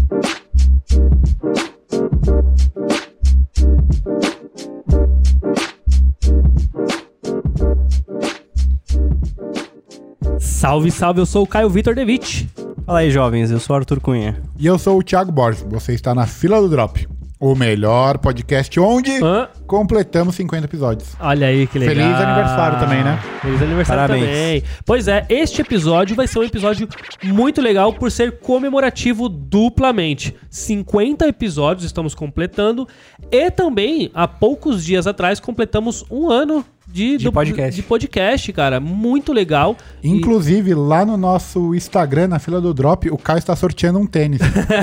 Salve, salve, eu sou o Caio Vitor Devitt. Fala aí, jovens, eu sou o Arthur Cunha. E eu sou o Thiago Borges, você está na Fila do Drop, o melhor podcast onde completamos 50 episódios. Olha aí que legal. Feliz aniversário também, né? Feliz aniversário. Parabéns. Também. Pois é, este episódio vai ser um episódio muito legal por ser comemorativo duplamente. 50 episódios estamos completando e também, há poucos dias atrás, completamos um ano de podcast, cara. Muito legal. Inclusive, lá no nosso Instagram, na Fila do Drop, o Caio está sorteando um tênis.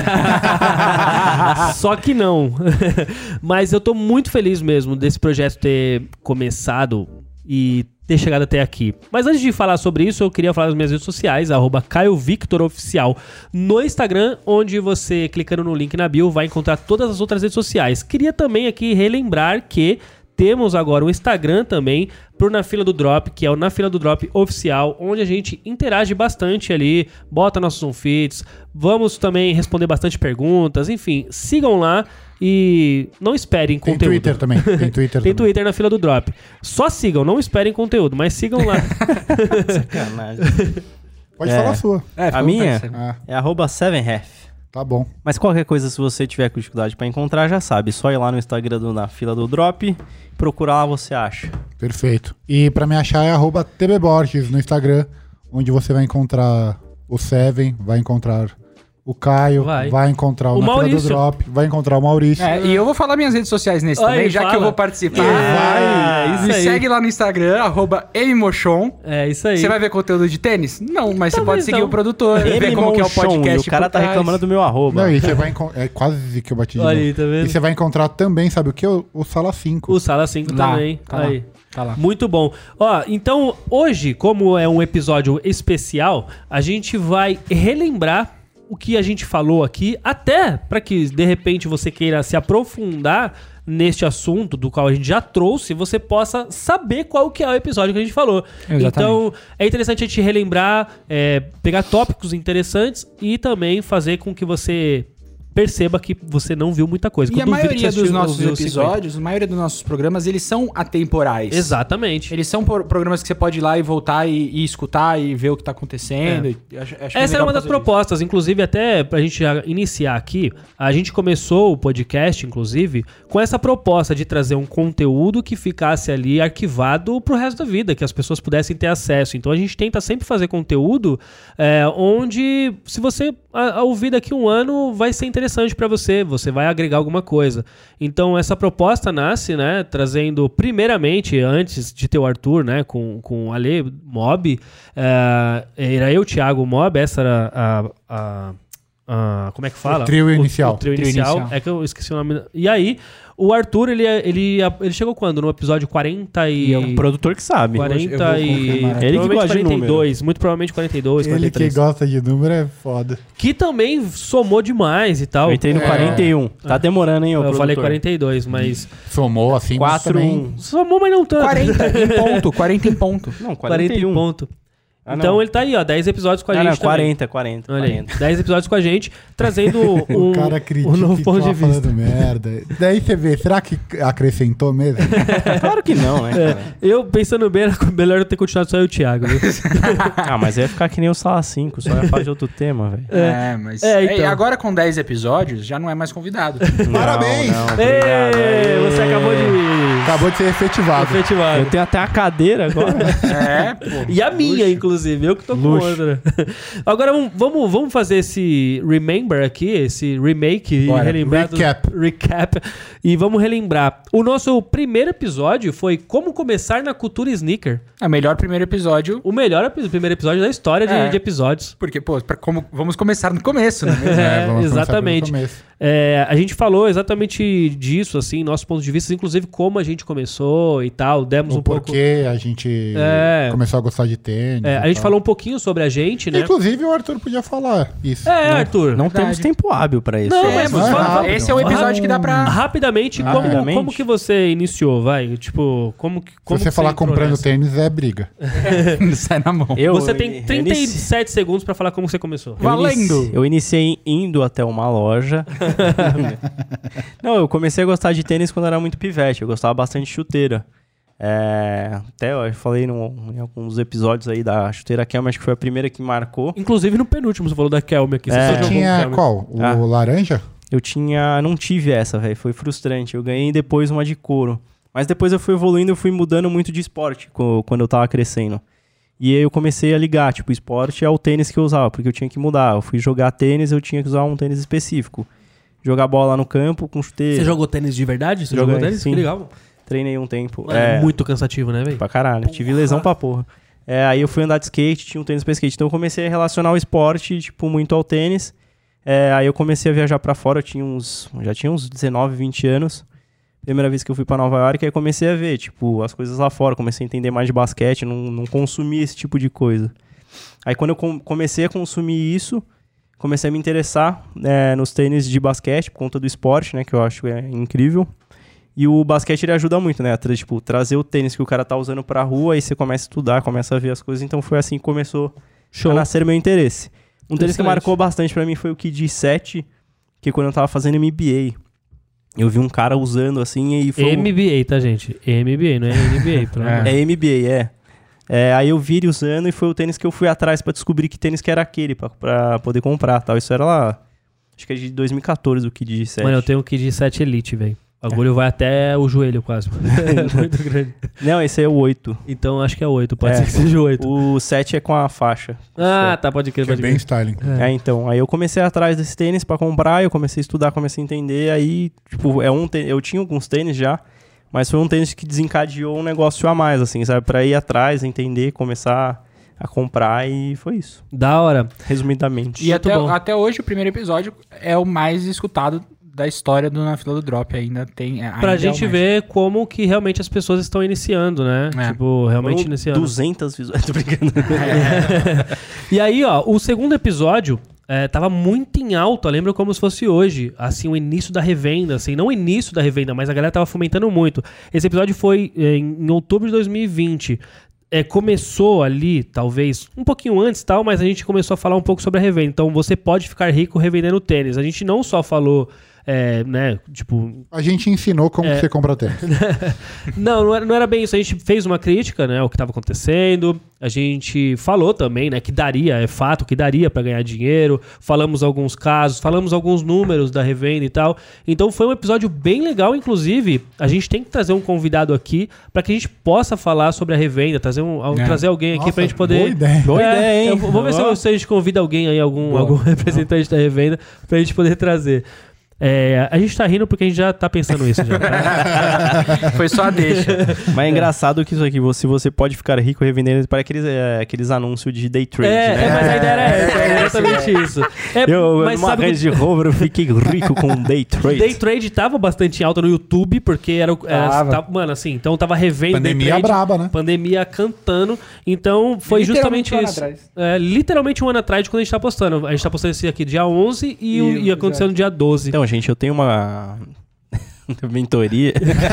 Só que não. Mas eu tô muito feliz mesmo desse projeto ter começado e ter chegado até aqui. Mas antes de falar sobre isso, eu queria falar das minhas redes sociais, @CaioVictorOficial no Instagram, onde você, clicando no link na bio, vai encontrar todas as outras redes sociais. Queria também aqui relembrar que temos agora o Instagram também pro Na Fila do Drop, que é o Na Fila do Drop Oficial, onde a gente interage bastante ali, bota nossos onfits, vamos também responder bastante perguntas, enfim, sigam lá e não esperem conteúdo. Tem Twitter também. Tem Twitter Na Fila do Drop. Só sigam, não esperem conteúdo, mas sigam lá. Sacanagem. Pode falar a sua. A minha é @7ref. Tá bom. Mas qualquer coisa, se você tiver com dificuldade pra encontrar, já sabe. Só ir lá no Instagram do Na Fila do Drop, procurar lá, você acha. Perfeito. E pra me achar é @tbborges no Instagram, onde você vai encontrar o Seven, vai encontrar o Caio, vai encontrar o Na Fila do Drop, vai encontrar o Maurício. E eu vou falar minhas redes sociais nesse também, já que eu vou participar. Isso Me aí. segue lá no Instagram, @mmochon. É isso aí. Você vai ver conteúdo de tênis? Não, mas Talvez você pode seguir não. o produtor, ver como que é o podcast. E o cara tá reclamando do meu arroba. Não, e você vai é quase que eu bati de Olha novo. aí, tá vendo? E você vai encontrar também, sabe o que? O Sala 5. O Sala 5 também. Tá lá. Aí. Tá lá. Muito bom. Ó, então, hoje, como é um episódio especial, a gente vai relembrar o que a gente falou aqui, até para que, de repente, você queira se aprofundar neste assunto do qual a gente já trouxe, você possa saber qual que é o episódio que a gente falou. Exatamente. Então, é interessante a gente relembrar, pegar tópicos interessantes e também fazer com que você perceba que você não viu muita coisa. E a maioria dos nossos episódios, a maioria dos nossos programas, eles são atemporais. Exatamente. Eles são programas que você pode ir lá e voltar e escutar e ver o que tá acontecendo. Essa era uma das propostas, inclusive até pra gente já iniciar aqui, a gente começou o podcast, inclusive, com essa proposta de trazer um conteúdo que ficasse ali arquivado pro resto da vida, que as pessoas pudessem ter acesso. Então a gente tenta sempre fazer conteúdo onde, se você ouvir daqui um ano, vai ser interessante para você vai agregar alguma coisa. Então essa proposta nasce, né, trazendo primeiramente, antes de ter o Arthur, né, com o Ale Mob, era eu, Thiago, o Mob, essa era como é que fala? O trio inicial. O trio inicial. É que eu esqueci o nome. E aí, o Arthur, ele chegou quando? No episódio 40 e... É o produtor que sabe. 40 e... Ele que gosta de 42, muito provavelmente 42, 43. Ele que gosta de número é foda. Que também somou demais e tal. Eu entrei no 41. Tá demorando, hein, Eu produtor. falei 42, mas... Somou assim, 4-1. Somou, mas não tanto. 40 em ponto. Não, 40 em 41. ponto. Então ele tá aí, ó, 10 episódios com a gente também. 40. Olha aí, 10 episódios com a gente, trazendo O cara critica um novo ponto de vista. falando merda. Daí você vê, será que acrescentou mesmo? Claro que não, né, cara? Eu, pensando bem, era melhor eu ter continuado só eu e o Thiago, viu? Mas ia ficar que nem o Sala 5, só ia falar de outro tema, velho. Mas... então. agora com 10 episódios, já não é mais convidado. Parabéns! Não, Ei, você Acabou de ser efetivado. Eu tenho até a cadeira agora. Pô. E a minha, inclusive, eu que tô com outra. Agora vamos fazer esse remember aqui, esse remake. Bora. E relembrar recap. E vamos relembrar. O nosso primeiro episódio foi Como Começar na Cultura Sneaker. É o melhor primeiro episódio. O melhor primeiro episódio da história de episódios. Porque, vamos começar no começo, né? Vamos exatamente. começar pelo começo. A gente falou exatamente disso, assim, nosso ponto de vista, inclusive como a gente começou e tal, demos um pouco... Porquê a gente começou a gostar de tênis. A gente falou um pouquinho sobre a gente, né? Inclusive o Arthur podia falar isso. Arthur. Não temos tempo hábil pra isso. Não, mas esse é o episódio que dá pra... Rapidamente, como que você iniciou, vai? Tipo, como Se você falar comprando nessa? tênis, é briga. Sai na mão. Você tem 37 segundos pra falar como você começou. Valendo! Eu iniciei indo até uma loja. Não, eu comecei a gostar de tênis quando eu era muito pivete. Eu gostava bastante de chuteira. Até eu falei em alguns episódios aí da chuteira Kelme, acho que foi a primeira que marcou. Inclusive no penúltimo você falou da Kelme aqui. Você tinha qual? O laranja? Não tive essa, velho. Foi frustrante. Eu ganhei depois uma de couro. Mas depois eu fui evoluindo, eu fui mudando muito de esporte quando eu tava crescendo. E aí eu comecei a ligar, tipo, esporte é o tênis que eu usava, porque eu tinha que mudar. Eu fui jogar tênis, eu tinha que usar um tênis específico. Jogar bola no campo com chuteira. Você jogou tênis de verdade? Você jogou tênis? Sim. Que legal. Treinei um tempo. É muito cansativo, né, velho? Pra caralho. Tive lesão pra porra. Aí eu fui andar de skate, tinha um tênis pra skate. Então eu comecei a relacionar o esporte, tipo, muito ao tênis. Aí eu comecei a viajar pra fora, já tinha uns 19, 20 anos. Primeira vez que eu fui pra Nova York, aí comecei a ver, tipo, as coisas lá fora. Comecei a entender mais de basquete, não consumia esse tipo de coisa. Aí quando eu comecei a consumir isso, comecei a me interessar nos tênis de basquete, por conta do esporte, né, que eu acho incrível. E o basquete, ele ajuda muito, né, tipo, trazer o tênis que o cara tá usando pra rua, aí você começa a estudar, começa a ver as coisas. Então foi assim que começou a nascer meu interesse. Um tênis que marcou bastante pra mim foi o Kid 7, que quando eu tava fazendo MBA, eu vi um cara usando assim e foi... MBA, tá, gente? MBA, não é NBA. É MBA, aí eu vi ele usando e foi o tênis que eu fui atrás pra descobrir que tênis que era aquele, pra poder comprar, tal. Isso era lá, acho que é de 2014 o Kid 7. Mano, eu tenho o Kid 7 Elite, velho. O bagulho vai até o joelho quase. É muito grande. Não, esse é o 8. Então acho que é o 8, pode ser que seja o 8. O 7 é com a faixa. Tá, pode crer, pode crer. É bem styling. Então, aí eu comecei atrás desse tênis pra comprar, eu comecei a estudar, comecei a entender, aí, tipo, eu tinha alguns tênis já, mas foi um tênis que desencadeou um negócio a mais, assim, sabe? Pra ir atrás, entender, começar a comprar e foi isso. Da hora. Resumidamente. E até hoje o primeiro episódio é o mais escutado da história do Na Fila do Drop. Ainda tem... Pra gente ver como que realmente as pessoas estão iniciando, né? Tipo, realmente iniciando. 200 visuais, tô brincando. E aí, ó, o segundo episódio... tava muito em alta, lembra como se fosse hoje, assim, o início da revenda, assim, não o início da revenda, mas a galera tava fomentando muito. Esse episódio foi em outubro de 2020. Começou ali, talvez, um pouquinho antes tal, mas a gente começou a falar um pouco sobre a revenda. Então, você pode ficar rico revendendo tênis. A gente não só falou... né, tipo... A gente ensinou como você compra tênis. não era bem isso. A gente fez uma crítica, né, ao que estava acontecendo. A gente falou também, né, que daria, é fato, que daria para ganhar dinheiro. Falamos alguns casos, falamos alguns números da revenda e tal. Então foi um episódio bem legal. Inclusive, a gente tem que trazer um convidado aqui para que a gente possa falar sobre a revenda, trazer alguém aqui pra gente poder... Boa ideia. Boa ideia, hein? Vamos ver se a gente convida alguém aí, algum representante da revenda, pra gente poder trazer. A gente tá rindo porque a gente já tá pensando isso já. Foi só a deixa. Mas é engraçado que isso aqui, se você pode ficar rico revendendo para aqueles anúncios de day trade, né? Mas a ideia era essa, é exatamente isso. Numa Range de Rover, eu fiquei rico com day trade. Day trade tava bastante em alta no YouTube, porque mano, assim, então tava revendo pandemia day trade, braba, né? Pandemia cantando, então foi justamente isso. Literalmente um ano atrás de quando a gente tá postando. A gente tá postando esse aqui dia 11 e aconteceu no dia 12. Então, gente, eu tenho uma mentoria.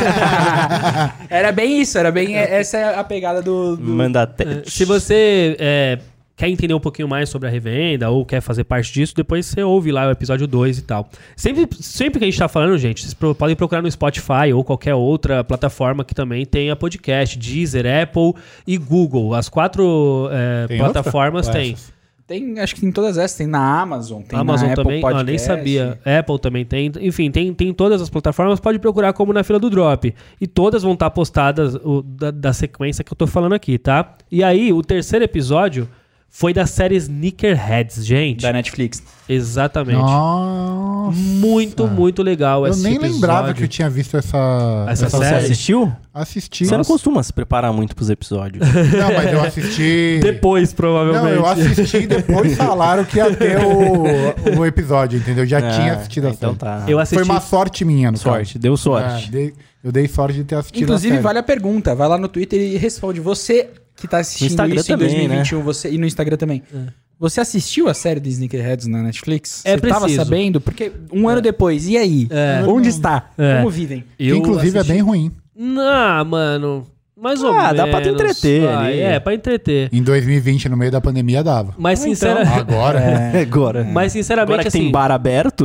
Era bem isso, essa é a pegada do... Mandatete. Se você quer entender um pouquinho mais sobre a revenda ou quer fazer parte disso, depois você ouve lá o episódio 2 e tal. Sempre que a gente tá falando, gente, vocês podem procurar no Spotify ou qualquer outra plataforma que também tenha podcast, Deezer, Apple e Google. As 4 plataformas tem. Tem, acho que tem todas essas, tem na Amazon, tem Amazon na também, Apple Podcast. Nem sabia. Apple também tem, enfim, tem todas as plataformas, pode procurar como Na Fila do Drop. E todas vão estar postadas da sequência que eu tô falando aqui, tá? E aí, o terceiro episódio foi da série Sneakerheads, gente. Da Netflix. Exatamente. Nossa. Muito legal esse episódio. Eu nem lembrava que eu tinha visto essa série. Você assistiu? Assisti. Você não costuma se preparar muito pros episódios. Não, mas eu assisti... Depois, provavelmente. Não, eu assisti e depois falaram que ia ter o episódio, entendeu? Já tinha assistido a série. Tá. Eu assisti... Foi uma sorte minha, no caso. Deu sorte. Eu dei sorte de ter assistido. Inclusive, vale a pergunta. Vai lá no Twitter e responde. Você que tá assistindo isso em 2021, né? Você, e no Instagram também. Você assistiu a série de Sneakerheads na Netflix? Você tava sabendo? Porque um ano depois, e aí? Onde está? Como vivem? Inclusive é bem ruim. Não, mano... Mais ou menos. Dá pra te entreter ali. Pra entreter. Em 2020, no meio da pandemia, dava. Mas sinceramente... Agora. Mas sinceramente, agora que tem bar aberto...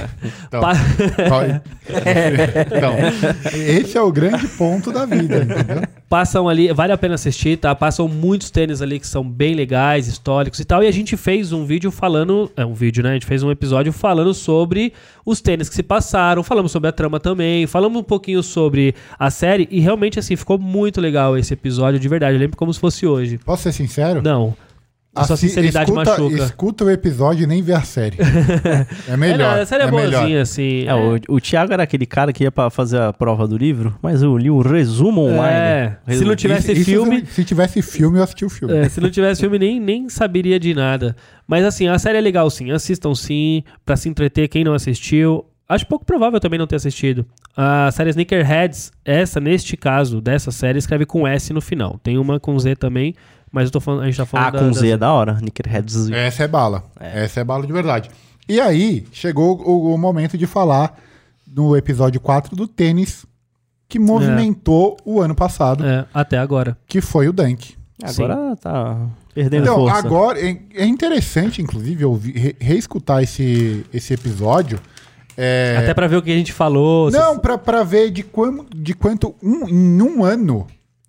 Então, esse é o grande ponto da vida, entendeu? Passam ali, vale a pena assistir, tá? Passam muitos tênis ali que são bem legais, históricos e tal. E a gente fez um vídeo falando... né? A gente fez um episódio falando sobre os tênis que se passaram. Falamos sobre a trama também. Falamos um pouquinho sobre a série. E realmente, assim, ficou muito legal esse episódio, de verdade. Eu lembro como se fosse hoje. Posso ser sincero? Não. A sua sinceridade machuca. Escuta o episódio e nem vê a série. É melhor. A série é boazinha, assim. O Thiago era aquele cara que ia pra fazer a prova do livro, mas eu li o resumo online. Se não tivesse filme... Se tivesse filme, eu assisti o filme. Se não tivesse filme, nem saberia de nada. Mas assim, a série é legal, sim. Assistam, sim, pra se entreter quem não assistiu. Acho pouco provável também não ter assistido. A série Sneakerheads, neste caso, dessa série, escreve com S no final. Tem uma com Z também, mas a gente tá falando com Z é da hora. Sneakerheads. Essa é bala. Essa é bala de verdade. E aí, chegou o momento de falar no episódio 4 do tênis que movimentou o ano passado. Até agora. Que foi o Dunk. Agora tá perdendo força. Agora, é interessante, inclusive, reescutar esse episódio. Até pra ver o que a gente falou. Não, pra ver de quanto em um ano...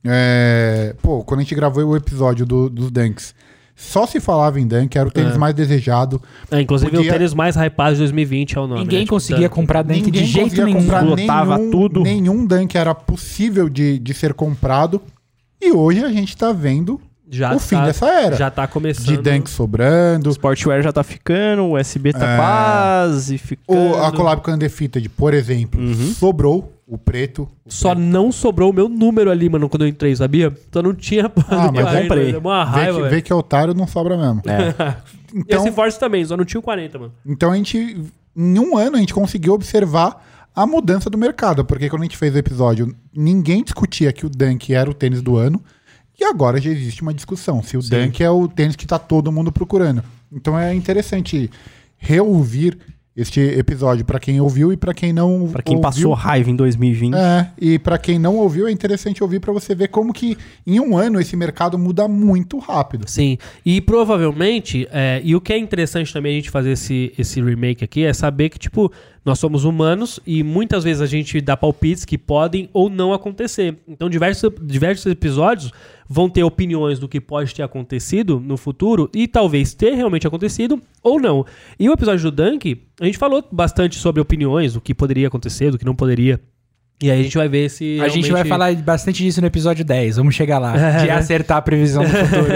quando a gente gravou o episódio dos Dunks, só se falava em Dunk, era o tênis mais desejado. Inclusive o tênis mais hypado de 2020 é o nome. Ninguém conseguia comprar Dunk de jeito nenhum. Lotava tudo. Nenhum Dunk era possível de ser comprado. E hoje a gente tá vendo o fim dessa era. Já tá começando. De Dunk sobrando. O Sportwear já tá ficando, o USB tá quase ficando. A collab com a Undefeated, por exemplo, sobrou o preto. Só não sobrou o meu número ali, mano, quando eu entrei, sabia? Então não tinha... mas eu comprei. Uma raiva, vê que é otário, não sobra mesmo. Então, e esse Force também, só não tinha o 40, mano. Então em um ano, a gente conseguiu observar a mudança do mercado, porque quando a gente fez o episódio, ninguém discutia que o Dunk era o tênis do ano, e agora já existe uma discussão, se o Dunk é o tênis que tá todo mundo procurando. Então é interessante reouvir este episódio para quem ouviu e para quem não Para quem passou raiva em 2020. E para quem não ouviu, é interessante ouvir para você ver como que em um ano esse mercado muda muito rápido. Sim, e provavelmente, e o que é interessante também a gente fazer esse remake aqui é saber que, tipo, nós somos humanos e muitas vezes a gente dá palpites que podem ou não acontecer. Então diversos episódios vão ter opiniões do que pode ter acontecido no futuro e talvez ter realmente acontecido ou não. E o episódio do Dunk, a gente falou bastante sobre opiniões, do que poderia acontecer, do que não poderia. E aí a gente vai ver se A gente vai falar bastante disso no episódio 10. Vamos chegar lá. De acertar a previsão do futuro.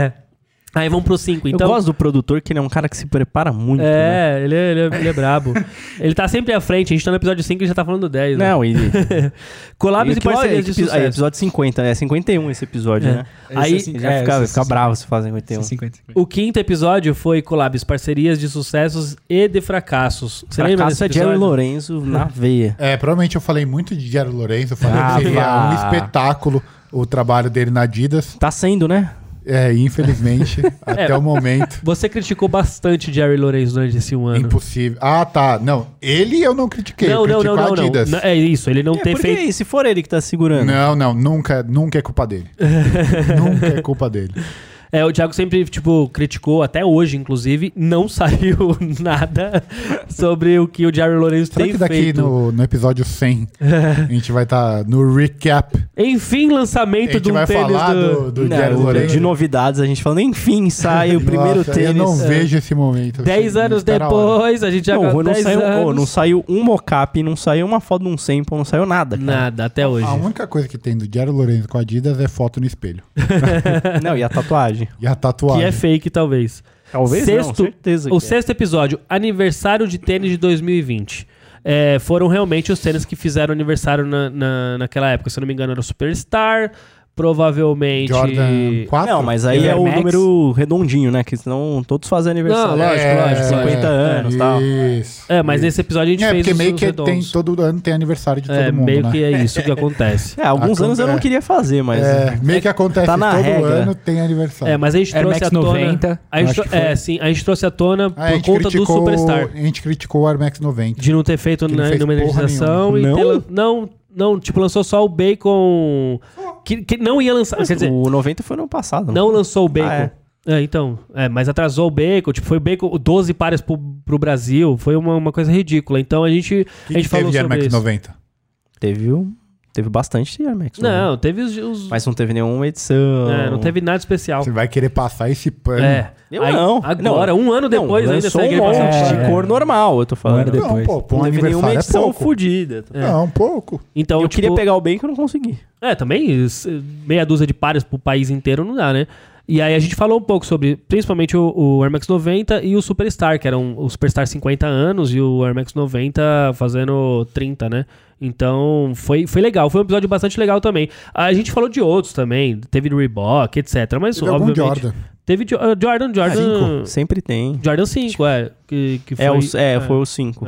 Aí vamos pro 5, então. Eu gosto do produtor, que ele é um cara que se prepara muito. Ele é brabo. Ele tá sempre à frente. A gente tá no episódio 5 e já tá falando do 10. Não, né? Collabs e parcerias de sucesso. Aí, episódio 50, 51 esse episódio, né? Aí já fica bravo se faz 51. 50. O 5º episódio foi collabs, parcerias de sucessos e de fracassos. Você lembra desse episódio? Jerry Lorenzo na veia. Provavelmente eu falei muito de Jerry Lorenzo. Eu falei que seria um espetáculo o trabalho dele na Adidas. Tá sendo, né? Infelizmente, até o momento. Você criticou bastante Jerry Lorenzo durante esse um ano. Impossível. Tá. Não, ele eu não critiquei. Eu critico a Adidas. Não. É isso, ele não ter feito... Se for ele que tá segurando. Não, nunca é culpa dele. Nunca é culpa dele. O Thiago sempre, criticou, até hoje, inclusive, não saiu nada sobre o que o Jerry Lorenzo tem feito. Será que daqui no episódio 100 a gente vai estar no recap? Enfim, lançamento do tênis. A gente vai falar do Jerry Lorenzo. De novidades, a gente falando, enfim, sai o primeiro tênis. Eu não vejo esse momento. 10 anos depois, a gente já ganhou 10 anos. Não saiu um mocap, não saiu uma foto de um sample, não saiu nada. Cara. Nada, até hoje. A única coisa que tem do Jerry Lorenzo com a Adidas é foto no espelho. Não, e a tatuagem. E a tatuagem. Que é fake, talvez. Talvez não, certeza. O sexto episódio, aniversário de tênis de 2020. Foram realmente os tênis que fizeram aniversário naquela época. Se eu não me engano, era o Superstar, provavelmente... Jordan 4? Não, mas aí é o número redondinho, né? Que senão todos fazem aniversário. Não, lógico. 50 anos e tal. Mas nesse episódio a gente fez porque meio que todo ano tem aniversário de todo mundo, meio né? que é isso que acontece. Alguns anos eu não queria fazer, mas... meio que acontece tá na todo regra. ano tem aniversário. Mas a gente trouxe à tona... 90. A gente trouxe à tona por conta do Superstar. A gente criticou o Air Max 90. De não ter feito nenhuma energização e Não, tipo, lançou só o Bacon... Que não ia lançar... Mas quer dizer, o 90 foi no ano passado. Não lançou o Bacon. Então, mas atrasou o Bacon. Tipo, foi o Bacon 12 pares pro Brasil. Foi uma coisa ridícula. Então a gente falou sobre Air Max isso. 90? Teve bastante Air Max 90. Não, teve os... Mas não teve nenhuma edição. Não teve nada especial. Você vai querer passar esse pano. Não. Agora, um ano depois ainda você vai querer passar de cor normal, eu tô falando. Não, pô, não teve nenhuma edição fodida. Não, pouco. Então, eu queria pegar o Bacon e não consegui. Também meia dúzia de pares pro país inteiro não dá, né? E aí a gente falou um pouco sobre, principalmente o Air Max 90 e o Superstar, que eram o Superstar 50 anos e o Air Max 90 fazendo 30, né? Então foi legal, foi um episódio bastante legal também. A gente falou de outros também, teve do Reebok, etc. Mas teve obviamente... Jordan. Teve Jordan 5. Sempre tem. Jordan 5, que foi... Foi o 5.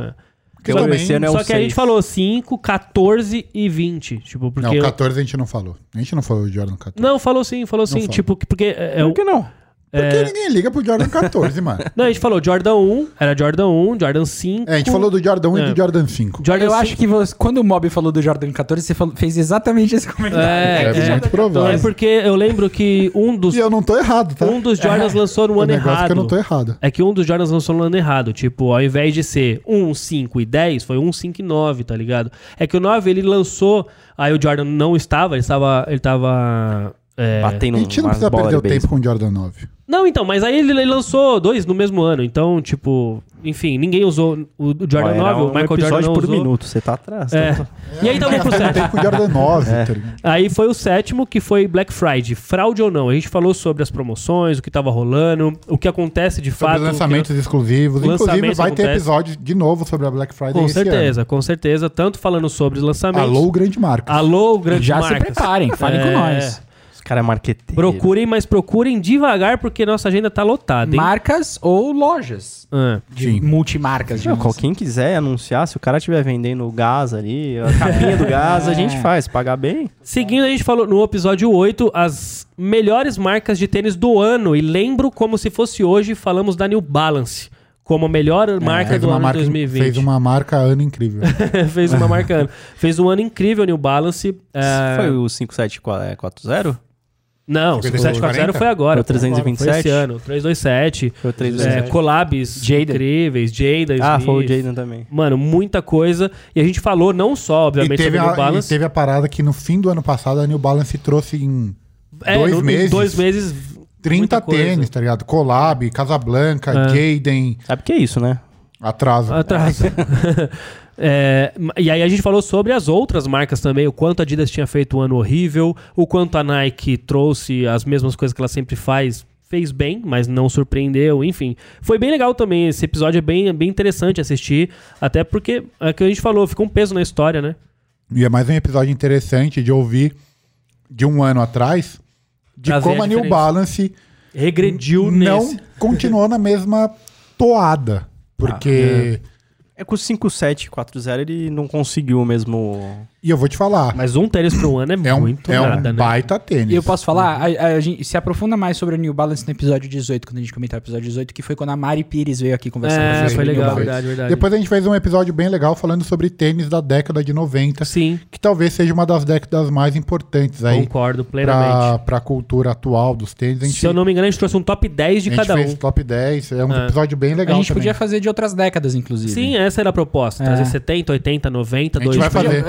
Só que a gente falou 5, 14 e 20. Tipo, porque não, 14 a gente não falou. A gente não falou de Jordan 14. Não, falou sim. Tipo, porque... Por que não? Porque ninguém liga pro Jordan 14, mano. Não, a gente falou Jordan 1, era Jordan 1, Jordan 5... a gente falou do Jordan 1 e do Jordan 5. Eu acho que quando o Mob falou do Jordan 14, você fez exatamente esse comentário. É muito provável. É porque eu lembro que um dos... E eu não tô errado, tá? Um dos Jordans lançou no ano errado. Que eu não tô errado. É que um dos Jordans lançou no ano errado. Tipo, ao invés de ser 1, 5 e 10, foi 1, 5 e 9, tá ligado? É que o 9 ele lançou... Aí o Jordan não estava, ele tava batendo. A gente não precisa perder o tempo com o Jordan 9. Não, então, mas aí ele lançou 2 no mesmo ano. Então, tipo, enfim, ninguém usou o Jordan 9, o Michael Jordan não por usou. minuto, você tá atrás. E aí tava pro 7. Com o Jordan 9. Aí foi o 7º, que foi Black Friday. Fraude ou não? A gente falou sobre as promoções, o que tava rolando, o que acontece de fato. Sobre lançamentos exclusivos. Inclusive, vai ter episódio de novo sobre a Black Friday com certeza. Tanto falando sobre os lançamentos. Alô, grande marca. Alô, grande marca. Já se preparem, falem com nós. Cara, é marqueteiro. Procurem devagar, porque nossa agenda tá lotada, hein? Marcas ou lojas. Sim. Multimarcas. Quem quiser anunciar, se o cara estiver vendendo gás ali, a capinha do gás, a gente faz, pagar bem. Seguindo, a gente falou no episódio 8, as melhores marcas de tênis do ano. E lembro como se fosse hoje, falamos da New Balance como a melhor marca do ano de 2020. Fez uma marca ano incrível. Fez uma marca ano. Fez um ano incrível a New Balance. Foi o 5740? Não, o 5740 foi agora. Foi o 327? Foi esse ano. 327. Foi o 327. Collabs incríveis. Jaden Smith. Foi o Jaden também. Mano, muita coisa. E a gente falou não só, obviamente, sobre a New Balance. E teve a parada que no fim do ano passado a New Balance trouxe em 2 meses... 2 meses... 30 tênis, tá ligado? Collab, Casablanca, Jaden. Sabe o que é isso, né? Atraso. E aí a gente falou sobre as outras marcas também, o quanto a Adidas tinha feito um ano horrível, o quanto a Nike trouxe as mesmas coisas que ela sempre fez bem, mas não surpreendeu, enfim. Foi bem legal também, esse episódio é bem interessante assistir, até porque, é que a gente falou, fica um peso na história, né? E é mais um episódio interessante de ouvir de um ano atrás, de como a New Balance regrediu não continuou na mesma toada. Porque... É que o 5740 ele não conseguiu o mesmo... E eu vou te falar... Mas um tênis por um ano é muito nada, né? Baita tênis. E eu posso falar, a gente se aprofunda mais sobre a New Balance no episódio 18, quando a gente comentar o episódio 18, que foi quando a Mari Pires veio aqui conversar. Foi legal, verdade. Depois a gente fez um episódio bem legal falando sobre tênis da década de 90. Sim. Que talvez seja uma das décadas mais importantes aí. Concordo plenamente. Pra cultura atual dos tênis. Se eu não me engano, a gente trouxe um top 10 de cada um. A gente fez top 10, é um episódio bem legal. A gente podia fazer de outras décadas, inclusive. Sim, essa era a proposta. Trazer 70, 80, 90, 2000. A gente vai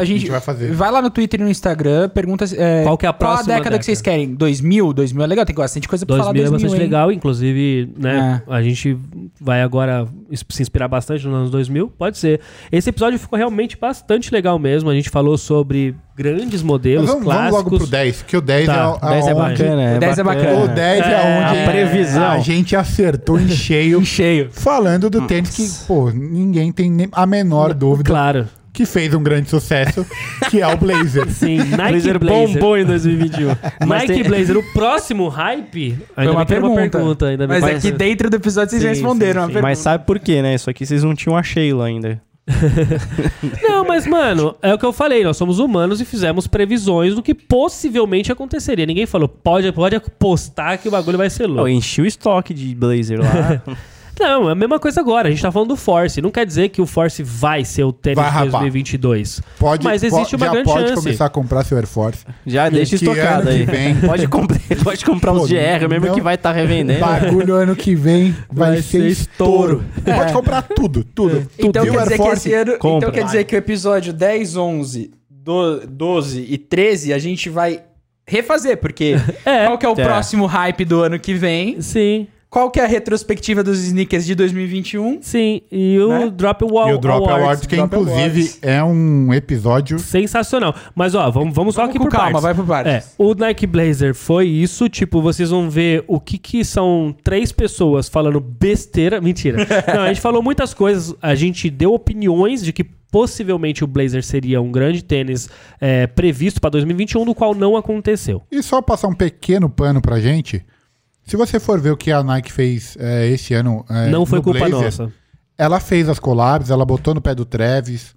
fazer. Vai lá no Twitter e no Instagram, pergunta qual que é a próxima qual a década que vocês querem. 2000 é legal, tem bastante coisa pra falar. 2000 é bastante legal, inclusive, né? A gente vai agora se inspirar bastante nos anos 2000, pode ser. Esse episódio ficou realmente bastante legal mesmo. A gente falou sobre grandes modelos clássicos. Vamos logo pro 10, que o 10 é 10 é bacana. O 10 é bacana. O 10 é onde a previsão. A gente acertou em cheio. Falando do tênis que, pô, ninguém tem nem a menor dúvida. Claro. Que fez um grande sucesso, que é o Blazer. Sim, Nike Blazer bombou em 2021. Nike Blazer, o próximo hype... Foi uma pergunta. Ainda mas aqui dentro do episódio vocês responderam. Sim. Mas sabe por quê, né? Isso aqui vocês não tinham a Sheila ainda. Não, mas, mano, é o que eu falei. Nós somos humanos e fizemos previsões do que possivelmente aconteceria. Ninguém falou, pode apostar que o bagulho vai ser louco. Eu enchi o estoque de Blazer lá. Não, é a mesma coisa agora. A gente tá falando do Force. Não quer dizer que o Force vai ser o tênis de 2022. Mas existe uma grande chance. Pode começar a comprar seu Air Force. Já deixa estocado aí. Pode comprar os GR, mesmo que vai estar revendendo. Bagulho ano que vem vai ser estouro. Pode comprar tudo. Então quer dizer que esse ano... Então quer dizer que o episódio 10, 11, 12 e 13 a gente vai refazer, porque qual que é o próximo hype do ano que vem? Sim. Qual que é a retrospectiva dos sneakers de 2021? Sim, e o Drop Awards. E o Drop Awards, que inclusive é um episódio... sensacional. Mas ó, vamos só aqui por calma, vai por partes. O Nike Blazer foi isso, tipo, vocês vão ver o que são 3 pessoas falando besteira. Mentira. Não, a gente falou muitas coisas, a gente deu opiniões de que possivelmente o Blazer seria um grande tênis previsto para 2021, do qual não aconteceu. E só passar um pequeno pano pra gente... Se você for ver o que a Nike fez esse ano... não foi culpa Blazer, nossa. Ela fez as collabs, ela botou no pé do Travis.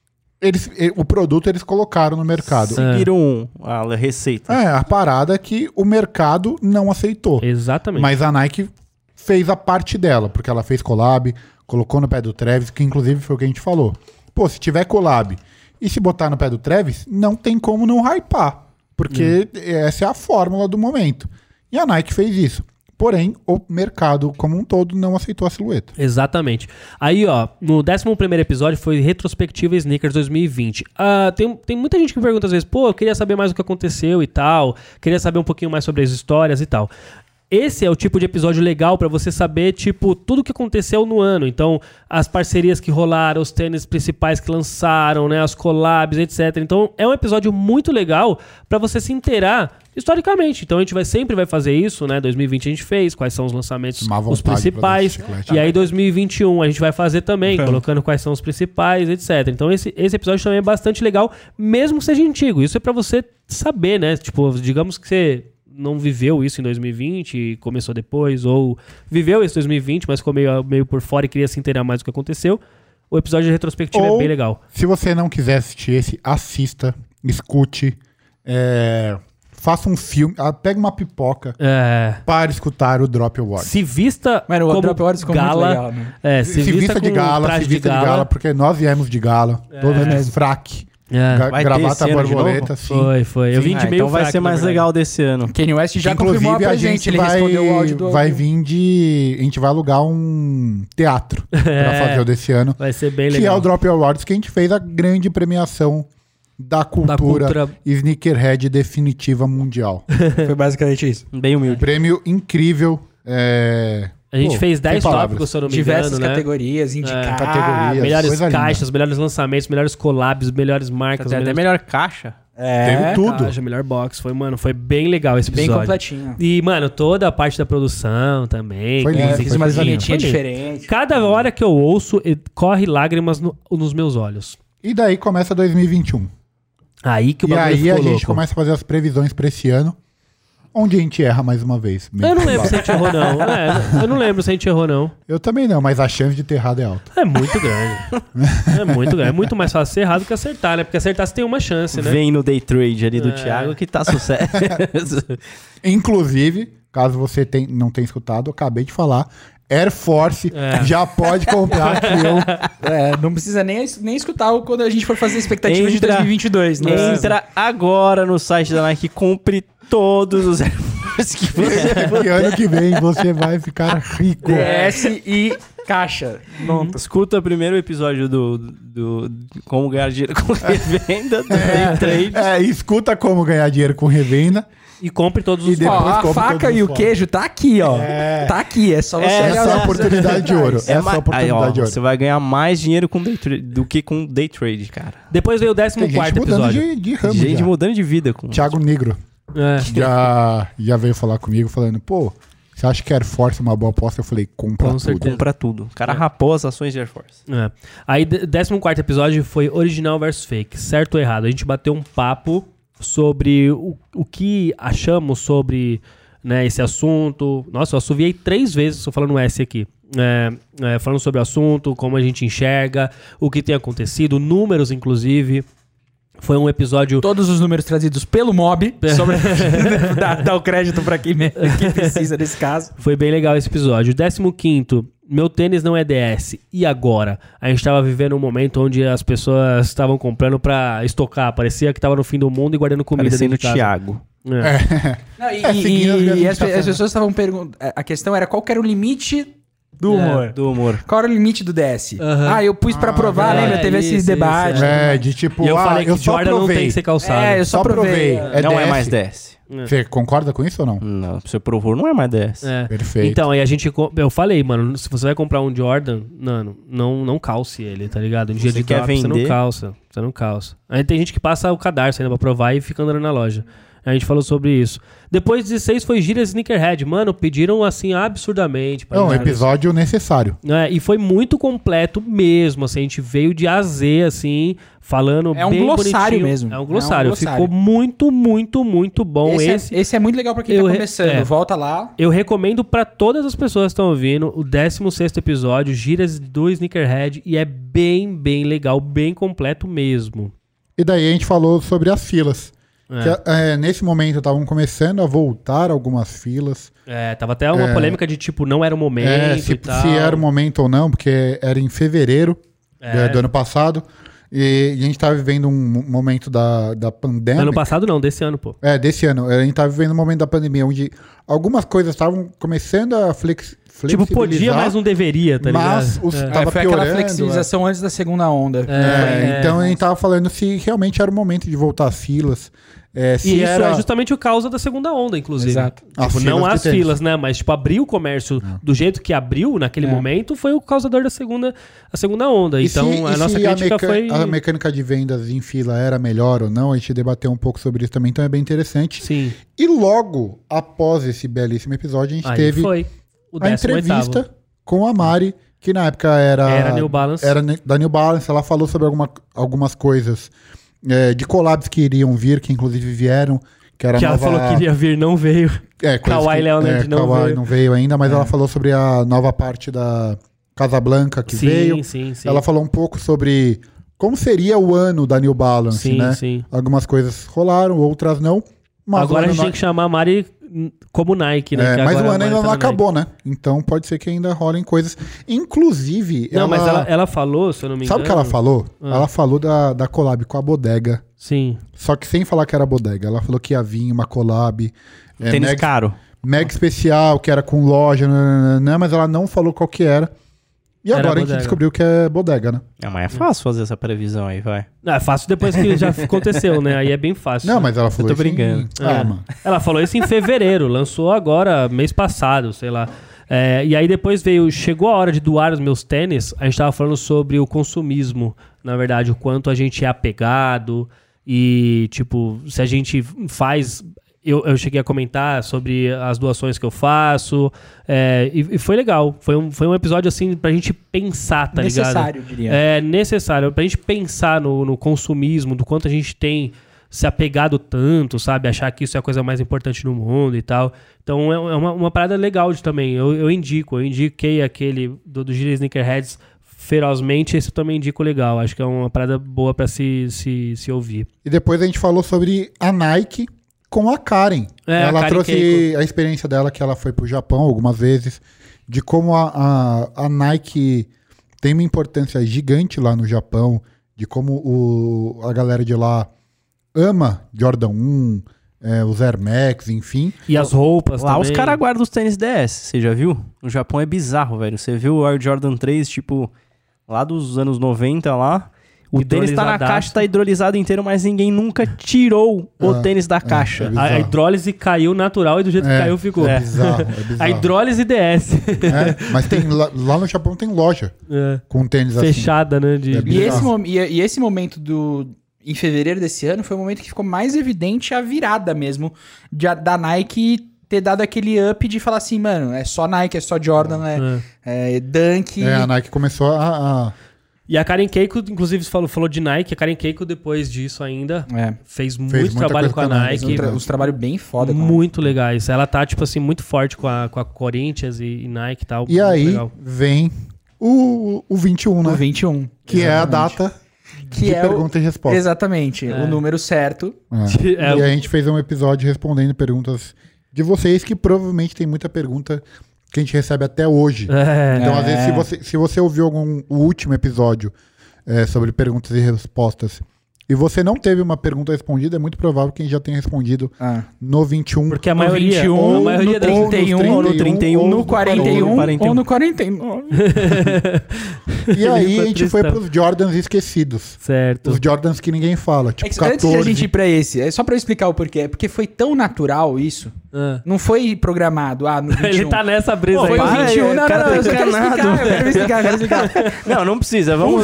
O produto eles colocaram no mercado. Seguiram a receita. A parada é que o mercado não aceitou. Exatamente. Mas a Nike fez a parte dela, porque ela fez collab, colocou no pé do Travis, que inclusive foi o que a gente falou. Pô, se tiver collab e se botar no pé do Travis, não tem como não hypar. Porque essa é a fórmula do momento. E a Nike fez isso. Porém, o mercado como um todo não aceitou a silhueta. Exatamente. Aí, ó, no 11º episódio foi Retrospectiva Sneakers 2020. Tem muita gente que pergunta às vezes, pô, eu queria saber mais o que aconteceu e tal, queria saber um pouquinho mais sobre as histórias e tal. Esse é o tipo de episódio legal pra você saber, tipo, tudo que aconteceu no ano. Então, as parcerias que rolaram, os tênis principais que lançaram, né, as collabs, etc. Então, é um episódio muito legal pra você se inteirar historicamente. Então, a gente sempre vai fazer isso, né? 2020 a gente fez, quais são os lançamentos, os principais. E aí, 2021 a gente vai fazer também, colocando quais são os principais, etc. Então, esse episódio também é bastante legal, mesmo que seja antigo. Isso é pra você saber, né? Tipo, digamos que você não viveu isso em 2020 e começou depois, ou viveu isso em 2020, mas ficou meio por fora e queria se inteirar mais do que aconteceu. O episódio de retrospectiva é bem legal. Se você não quiser assistir esse, assista, escute, faça um filme, pega uma pipoca para escutar o Drop Awards. Se vista como Drop Awards ficou gala, muito legal, né? Se vista de gala, porque nós viemos de gala, todos nós fraque. Gravata borboleta, sim. Foi. Eu vim de meio então vai ser mais legal desse ano. Kanye West já confirmou pra gente, ele respondeu o áudio vai vir a gente vai alugar um teatro pra fazer o desse ano. Vai ser bem legal. Que é o Drop Awards, que a gente fez a grande premiação da cultura sneakerhead definitiva mundial. Foi basicamente isso. Bem humilde. Prêmio incrível. A gente fez 10 tópicos, se eu não me engano, diversas categorias indicadas. Melhores caixas, melhores lançamentos, melhores collabs, melhores marcas. Até melhor caixa. Teve tudo. Caixa, melhor box. Foi bem legal esse episódio. Bem completinho. E, mano, toda a parte da produção também. Fiz umas vinhetinhas diferentes. Cada hora que eu ouço, corre lágrimas nos meus olhos. E daí começa 2021. Aí que o bagulho ficou louco. E aí a gente começa a fazer as previsões pra esse ano. Onde a gente erra mais uma vez. Eu não lembro se a gente errou, não. Eu não lembro se a gente errou, não. Eu também não, mas a chance de ter errado é alta. É muito grande. É muito grande. É muito mais fácil ser errado que acertar, né? Porque acertar você tem uma chance, né? Vem no day trade ali do Thiago que tá sucesso. Inclusive, caso você não tenha escutado, eu acabei de falar, Air Force já pode comprar que eu... não precisa nem escutar quando a gente for fazer expectativas de 2022. Né? Entra agora no site da Nike, compre todos os Air Force que você... E ano que vem você vai ficar rico. Desce e Caixa. Escuta o primeiro episódio do Como Ganhar Dinheiro com Revenda, do Day Trade. Escuta Como Ganhar Dinheiro com Revenda. E compre todos os a faca e o queijo tá aqui, ó. Tá aqui, é só você essa é a oportunidade de ouro. Essa é a oportunidade de ouro. Você vai ganhar mais dinheiro com day trade do que com day trade, cara. Depois veio o 14º episódio. De ramo gente já. mudando de vida. Thiago Negro. Já veio falar comigo falando, pô, você acha que Air Force é uma boa aposta? Eu falei, compra tudo. Compra tudo. O cara rapou as ações de Air Force. Aí, 14º episódio foi original versus fake, certo ou errado? A gente bateu um papo sobre o que achamos sobre, né, esse assunto. Nossa, eu assoviei 3 vezes, estou falando S aqui. Falando sobre o assunto, como a gente enxerga, o que tem acontecido, números, inclusive. Foi um episódio... Todos os números trazidos pelo Mob. Sobre... dá o crédito pra quem precisa nesse caso. Foi bem legal esse episódio. 15º, meu tênis não é DS. E agora? A gente tava vivendo um momento onde as pessoas estavam comprando pra estocar. Parecia que tava no fim do mundo e guardando comida dentro de casa. Thiago. Não, e as pessoas estavam perguntando... A questão era qual que era o limite... Do humor. Qual era o limite do DS? Eu pus pra provar, lembra? Teve esse debate. De tipo, eu falei que Jordan não tem que ser calçado. Eu só provei. Não DS. É mais DS. Você concorda com isso ou não? Não, você provou, não é mais DS. Perfeito. Então, aí eu falei, mano, se você vai comprar um Jordan, mano, não calce ele, tá ligado? Em dia de drop, você não calça. Aí tem gente que passa o cadarço ainda pra provar e fica andando na loja. A gente falou sobre isso. Depois 16 foi Gírias Sneakerhead. Mano, pediram assim absurdamente. É um episódio necessário. E foi muito completo mesmo. Assim, a gente veio de A a Z, assim, falando bem bonitinho. É um glossário mesmo. É um glossário. Ficou muito, muito, muito bom. Esse é muito legal pra quem tá começando. Volta lá. Eu recomendo pra todas as pessoas que estão ouvindo o 16º episódio, Gírias do Sneakerhead. E é bem, bem legal, bem completo mesmo. E daí a gente falou sobre as filas. Nesse momento estavam começando a voltar algumas filas. Tava até uma polêmica de tipo, não era o momento se era o momento ou não, porque era em fevereiro do ano passado. E a gente tava vivendo um momento da pandemia. Ano passado não, desse ano, pô. Desse ano. A gente tava vivendo um momento da pandemia onde algumas coisas estavam começando a flexibilizar. Tipo, podia, mas não deveria, tá ligado? Mas tava foi piorando. Aquela flexibilização antes da segunda onda. Então a gente tava falando se realmente era o momento de voltar às filas. Isso é justamente o causa da segunda onda, inclusive. Exato. Tipo, não as filas, né? Mas tipo, abrir o comércio do jeito que abriu naquele momento foi o causador da segunda onda. Então a nossa crítica foi... a mecânica de vendas em fila era melhor ou não, a gente debateu um pouco sobre isso também, então é bem interessante. Sim. E logo após esse belíssimo episódio, a gente teve a entrevista com a Mari, que na época era New Balance. Era da New Balance. Ela falou sobre algumas coisas de collabs que iriam vir, que inclusive vieram. Que ela falou que iria vir, não veio. Kawhi Leonard não veio ainda, mas ela falou sobre a nova parte da Casablanca que veio. Sim. Ela falou um pouco sobre como seria o ano da New Balance, né? Sim. Algumas coisas rolaram, outras não. Mas agora a gente tem que chamar a Mari como Nike, né? Mas o ano ainda não acabou, né? Então pode ser que ainda rolem coisas. Inclusive... mas ela falou, se eu não me engano... Sabe o que ela falou? Ela falou da collab com a Bodega. Sim. Só que sem falar que era Bodega. Ela falou que ia vir uma collab... Tênis caro. Mega especial, que era com loja, mas ela não falou qual que era. E agora a gente descobriu que é Bodega, né? Mas é fácil fazer essa previsão aí, vai. É fácil depois que já aconteceu, né? Aí é bem fácil. Não, mas ela falou isso. Eu tô brincando. Mano. Ela falou isso em fevereiro, lançou agora, mês passado, sei lá. E aí depois chegou a hora de doar os meus tênis, a gente tava falando sobre o consumismo, na verdade, o quanto a gente é apegado e, tipo, se a gente faz... Eu cheguei a comentar sobre as doações que eu faço. E foi legal. Foi um episódio, assim, pra gente pensar, tá ligado? Necessário, eu diria. Necessário. Pra gente pensar no consumismo, do quanto a gente tem se apegado tanto, sabe? Achar que isso é a coisa mais importante no mundo e tal. Então é uma parada legal também. Eu indiquei aquele do Gírias Sneakerheads ferozmente, esse eu também indico legal. Acho que é uma parada boa pra se ouvir. E depois a gente falou sobre a Nike com a Karen. Ela Karen trouxe Keiko. A experiência dela, que ela foi pro Japão algumas vezes, de como a Nike tem uma importância gigante lá no Japão, de como a galera de lá ama Jordan 1, os Air Max, enfim. E as roupas lá também. Os caras guardam os tênis DS, você já viu? No Japão é bizarro, velho. Você viu o Air Jordan 3, tipo, lá dos anos 90 lá... O tênis tá na caixa, tá hidrolisado inteiro, mas ninguém nunca tirou o tênis da caixa. A hidrólise caiu natural e do jeito que caiu ficou. É bizarro. A hidrólise DS. Mas tem, lá no Japão tem loja com tênis fechada, assim. Né? E esse momento em fevereiro desse ano foi o momento que ficou mais evidente a virada mesmo da Nike ter dado aquele up de falar assim, mano, é só Nike, é só Jordan, é Dunk. A Nike começou a... E a Karen Keiko, inclusive, falou de Nike. A Karen Keiko, depois disso ainda, fez muito trabalho com a Nike. Uns trabalhos bem foda. Muito legais. Ela tá, tipo assim, muito forte com a Corinthians e Nike e tal. E aí legal. Vem o 21, né? O 21. Que exatamente. É a data de pergunta e resposta. Exatamente. O número certo. E a gente fez um episódio respondendo perguntas de vocês, que provavelmente tem muita pergunta que a gente recebe até hoje. Então, às vezes, se você ouviu o último episódio sobre perguntas e respostas e você não teve uma pergunta respondida, é muito provável que a gente já tenha respondido no 21. Porque a maioria, 21, a maioria no 31, ou no 31, no 41, ou no 49. E aí a gente foi pros Jordans esquecidos. Certo. Os Jordans que ninguém fala. Tipo, 14. Antes de a gente ir pra esse, é só pra eu explicar o porquê. É porque foi tão natural isso. Não foi programado. No 21. Ele tá nessa brisa aí. Foi o 21. Não, eu quero explicar. Não precisa. Vamos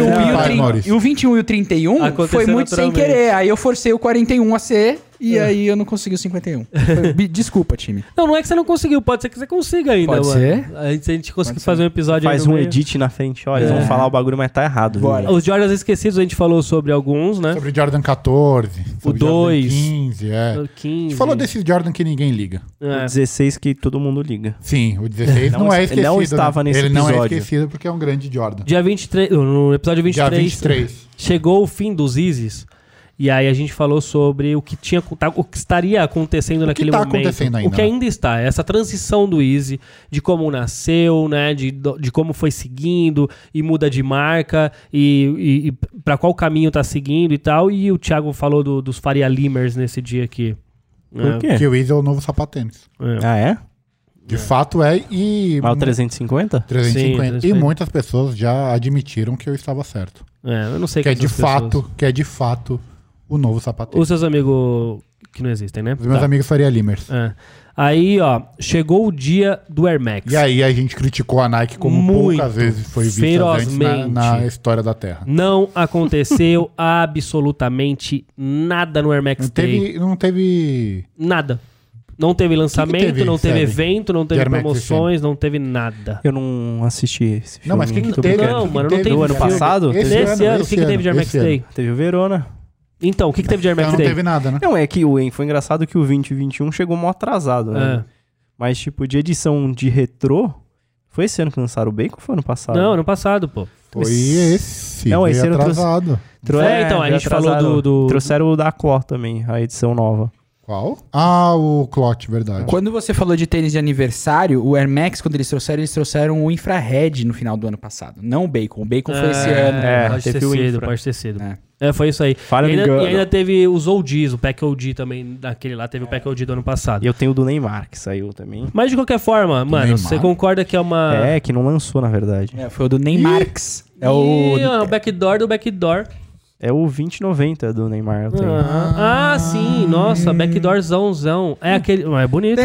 o 21 e o 31 foi muito sem querer. Aí eu forcei o 41 a ser... E aí eu não consegui o 51. Desculpa, time. Não é que você não conseguiu. Pode ser que você consiga ainda. Pode ser. Se a gente conseguir fazer um episódio... Faz um edit na frente. Olha, eles vão falar o bagulho, mas tá errado. Os Jordans esquecidos, a gente falou sobre alguns, né? Sobre o Jordan 14. O 2. Jordan 15, O 15. A gente falou desses Jordan que ninguém liga. O 16 que todo mundo liga. Sim, o 16 não é esquecido. Ele não estava nesse episódio. Ele não é esquecido esquecido porque é um grande Jordan. Dia 23... No episódio 23... Dia 23. Chegou o fim dos Yeezys. E aí a gente falou sobre o que estaria acontecendo naquele momento. Acontecendo ainda, o que ainda está. Essa transição do Yeezy, de como nasceu, né? De como foi seguindo, e muda de marca, e para qual caminho tá seguindo e tal. E o Thiago falou dos Faria Limers nesse dia aqui. Por quê? Que o Yeezy é o novo sapatênis. Ah, é? De fato é. Mas o 350? 350. Sim, e muitas pessoas já admitiram que eu estava certo. Eu não sei que é de fato o novo sapatênis. Os seus amigos que não existem, né? Os meus amigos Faria Limers. Aí, chegou o dia do Air Max. E aí a gente criticou a Nike como poucas vezes foi vista antes na história da Terra. Não aconteceu absolutamente nada no Air Max Day. Não teve... Nada. Não teve lançamento, não teve evento, não teve promoções, não teve nada. Eu não assisti esse filme. Não, mas o que teve? Não, mano, não teve. Do ano passado? Esse ano, o que teve de Air Max Day? Teve o Verona. Então, o que teve de Air Max Day? Não teve nada, né? Não, é que foi engraçado que o 2021 chegou mó atrasado, né? Mas, tipo, de edição de retrô, foi esse ano que lançaram o Bacon ou foi ano passado? Não, ano passado, pô. Foi esse. Não, esse ano atrasado. Então, a gente falou do... Trouxeram o da Cló também, a edição nova. Qual? O Clot, verdade. Quando você falou de tênis de aniversário, o Air Max, quando eles trouxeram o Infrared no final do ano passado. Não o Bacon. O Bacon foi esse ano. Pode ter sido. Foi isso aí. E ainda teve os OGs, o Pack OG também, daquele lá, teve o Pack OG do ano passado. E eu tenho o do Neymar, que saiu também. Mas de qualquer forma, mano, você concorda que é uma... que não lançou, na verdade. Foi o do Neymar. O backdoor do backdoor. É o 2090 do Neymar. Sim. Nossa, backdoorzão. É aquele... É bonito,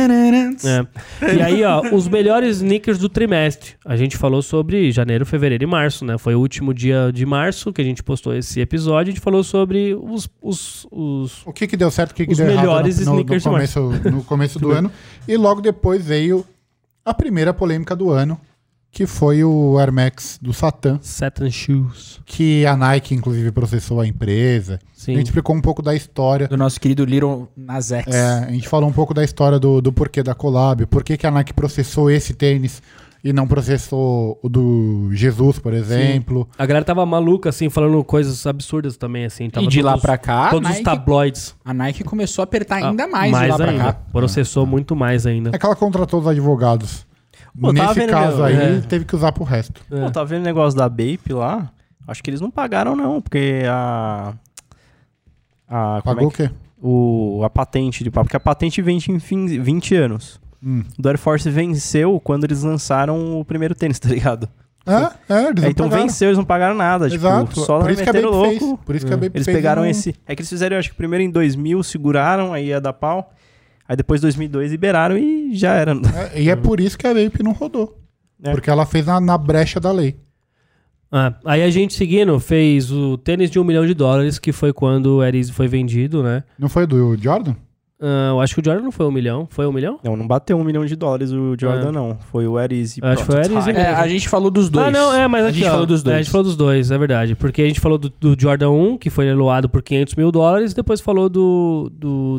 pô. E aí, os melhores sneakers do trimestre. A gente falou sobre janeiro, fevereiro e março, né? Foi o último dia de março que a gente postou esse episódio. A gente falou sobre os o que deu certo, o que deu melhores errado sneakers no começo do ano. E logo depois veio a primeira polêmica do ano, que foi o Air Max do Satan. Satin Shoes. Que a Nike, inclusive, processou a empresa. Sim. A gente explicou um pouco da história. Do nosso querido Little Nas X. A gente falou um pouco da história do porquê da collab, por que a Nike processou esse tênis e não processou o do Jesus, por exemplo. Sim. A galera tava maluca, assim, falando coisas absurdas também, assim. E de lá pra cá, todos os tabloides. A Nike começou a apertar ainda mais de lá pra cá. Processou muito mais ainda. É que ela contratou os advogados. Nesse caso aí, teve que usar pro resto. Pô, tá vendo o negócio da Bape lá? Acho que eles não pagaram, não, porque Pagou o quê? a patente de pau, porque a patente vende em 20 anos. Do Air Force venceu quando eles lançaram o primeiro tênis, tá ligado? Então venceu, eles não pagaram nada. Exato. Tipo, só por isso que a Bape louco. Fez. Por isso que a Bape eles fez pegaram esse... É que eles fizeram, eu acho que primeiro em 2000, seguraram, aí ia dar pau. Aí depois em 2002 liberaram e já era. E é por isso que a Bape não rodou. Porque ela fez na brecha da lei. Aí a gente, seguindo, fez o tênis de $1 milhão, que foi quando o Air Easy foi vendido, né? Não foi do Jordan? Eu acho que o Jordan não foi $1 milhão. Foi $1 milhão? Não bateu $1 milhão o Jordan, não. Foi o Air Easy. Acho que foi o Air Easy. A gente falou dos dois. Mas aqui, a gente falou dos dois. A gente falou dos dois, é verdade. Porque a gente falou do Jordan 1, que foi leiloado por $500 mil, depois falou do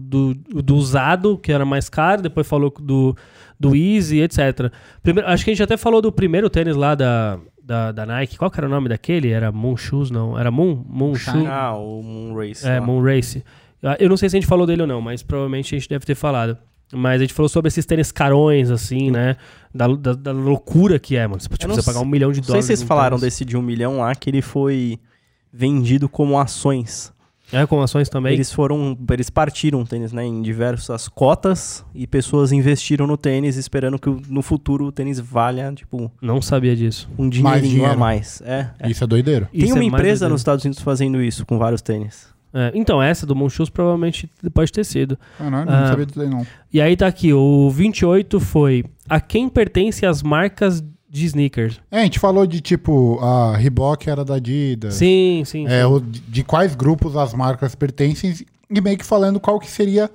usado, que era mais caro, depois falou do Easy, etc. Acho que a gente até falou do primeiro tênis lá da Nike. Qual que era o nome daquele? Era Moon Shoes, não? Era Moon Shoe? O Moon Race. Moon Race. Eu não sei se a gente falou dele ou não, mas provavelmente a gente deve ter falado. Mas a gente falou sobre esses tênis carões, assim, né? Da loucura que é, mano. Você pagar $1 milhão. Não sei se vocês falaram desse de $1 milhão lá, que ele foi vendido como ações. Com ações também? Eles partiram o tênis, né, em diversas cotas e pessoas investiram no tênis esperando que no futuro o tênis valha, tipo... Não sabia disso. Um dinheirinho a mais. Isso é doideiro. Tem uma empresa nos Estados Unidos fazendo isso com vários tênis. Então, essa do Moon Shoes provavelmente pode ter sido. Não sabia disso aí, não. E aí tá aqui, o 28 foi: a quem pertencem as marcas de sneakers? A gente falou de, tipo, a Reebok era da Adidas. Sim. De quais grupos as marcas pertencem e meio que falando qual que seria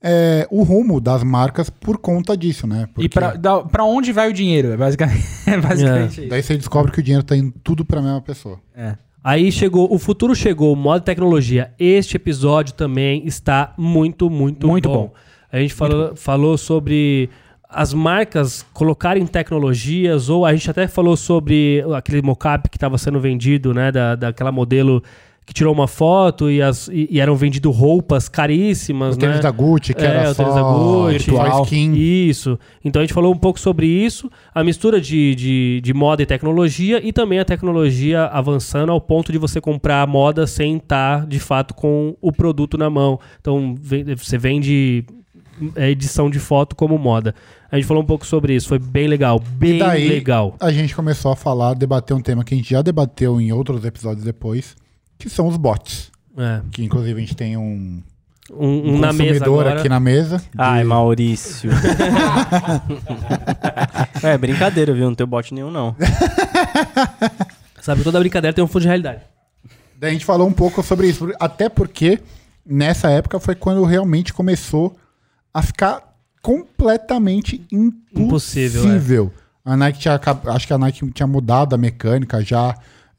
o rumo das marcas por conta disso, né? Porque... E pra onde vai o dinheiro? É basicamente isso. Daí você descobre que o dinheiro tá indo tudo pra mesma pessoa. Aí o futuro chegou, moda e tecnologia. Este episódio também está muito bom. A gente falou sobre as marcas colocarem tecnologias, ou a gente até falou sobre aquele mockup que estava sendo vendido, né, daquela modelo que tirou uma foto e eram vendidas roupas caríssimas, o tênis da Gucci, que era só virtual skin. Isso. Então a gente falou um pouco sobre isso, a mistura de moda e tecnologia, e também a tecnologia avançando ao ponto de você comprar a moda sem estar, de fato, com o produto na mão. Então você vende edição de foto como moda. A gente falou um pouco sobre isso, foi bem legal, bem legal. A gente começou a debater um tema que a gente já debateu em outros episódios depois, que são os bots. Que inclusive a gente tem um na mesa agora. Aqui na mesa. Ai, Maurício. Brincadeira, viu? Não tem bot nenhum, não. Sabe, toda brincadeira tem um fundo de realidade. Daí a gente falou um pouco sobre isso, até porque nessa época foi quando realmente começou a ficar completamente impossível. A Nike acho que a Nike tinha mudado a mecânica já,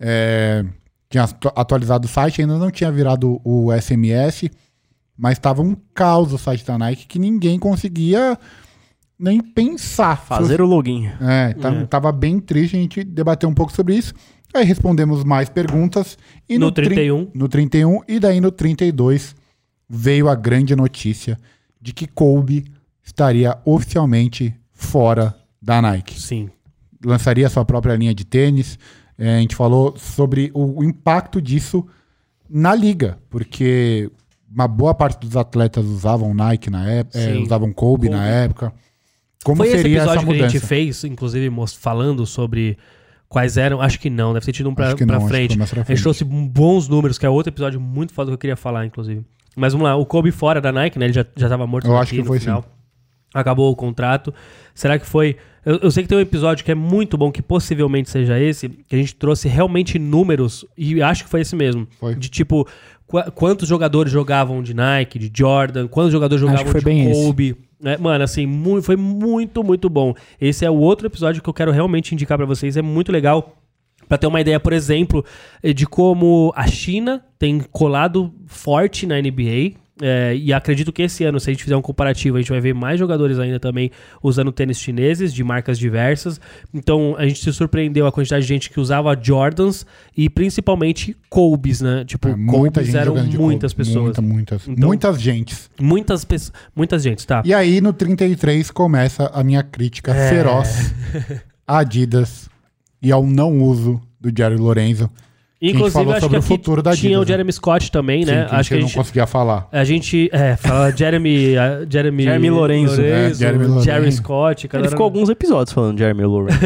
tinha atualizado o site, ainda não tinha virado o SMS, mas estava um caos o site da Nike que ninguém conseguia nem pensar. Fazer o login. Tava bem triste, a gente debateu um pouco sobre isso. Aí respondemos mais perguntas. E no 31. No 31, e daí no 32 veio a grande notícia de que Kobe estaria oficialmente fora da Nike. Sim. Lançaria sua própria linha de tênis. A gente falou sobre o impacto disso na liga, porque uma boa parte dos atletas usavam Nike na época, usavam Kobe na época. Como foi seria esse episódio essa mudança? Que a gente fez, inclusive, falando sobre quais eram... Acho que não, deve ter tido um pra frente. A gente trouxe bons números, que é outro episódio muito foda que eu queria falar, inclusive. Mas vamos lá, o Kobe fora da Nike, né? Ele já tava morto. Eu acho que foi final. Sim. Acabou o contrato. Será que foi... Eu sei que tem um episódio que é muito bom, que possivelmente seja esse, que a gente trouxe realmente números, e acho que foi esse mesmo. Foi. De tipo, quantos jogadores jogavam de Nike, de Jordan, quantos jogadores jogavam de Kobe. Mano, assim, foi muito bom. Esse é o outro episódio que eu quero realmente indicar pra vocês. É muito legal. Pra ter uma ideia, por exemplo, de como a China tem colado forte na NBA. E acredito que esse ano, se a gente fizer um comparativo, a gente vai ver mais jogadores ainda também usando tênis chineses de marcas diversas. Então a gente se surpreendeu a quantidade de gente que usava Jordans e principalmente Kobe's, né? Tipo, Kobe's eram muitas pessoas. Muitas gentes. Muitas gentes, tá? E aí no 33 começa a minha crítica feroz à Adidas e ao não uso do Jerry Lorenzo, Inclusive, acho sobre que o futuro da tinha Adidas, o Jeremy Scott também, né? Sim, acho que a gente não conseguia falar. A gente fala Jeremy Lorenzo. Jerry Scott. Ele ficou alguns episódios falando Jeremy Lorenzo.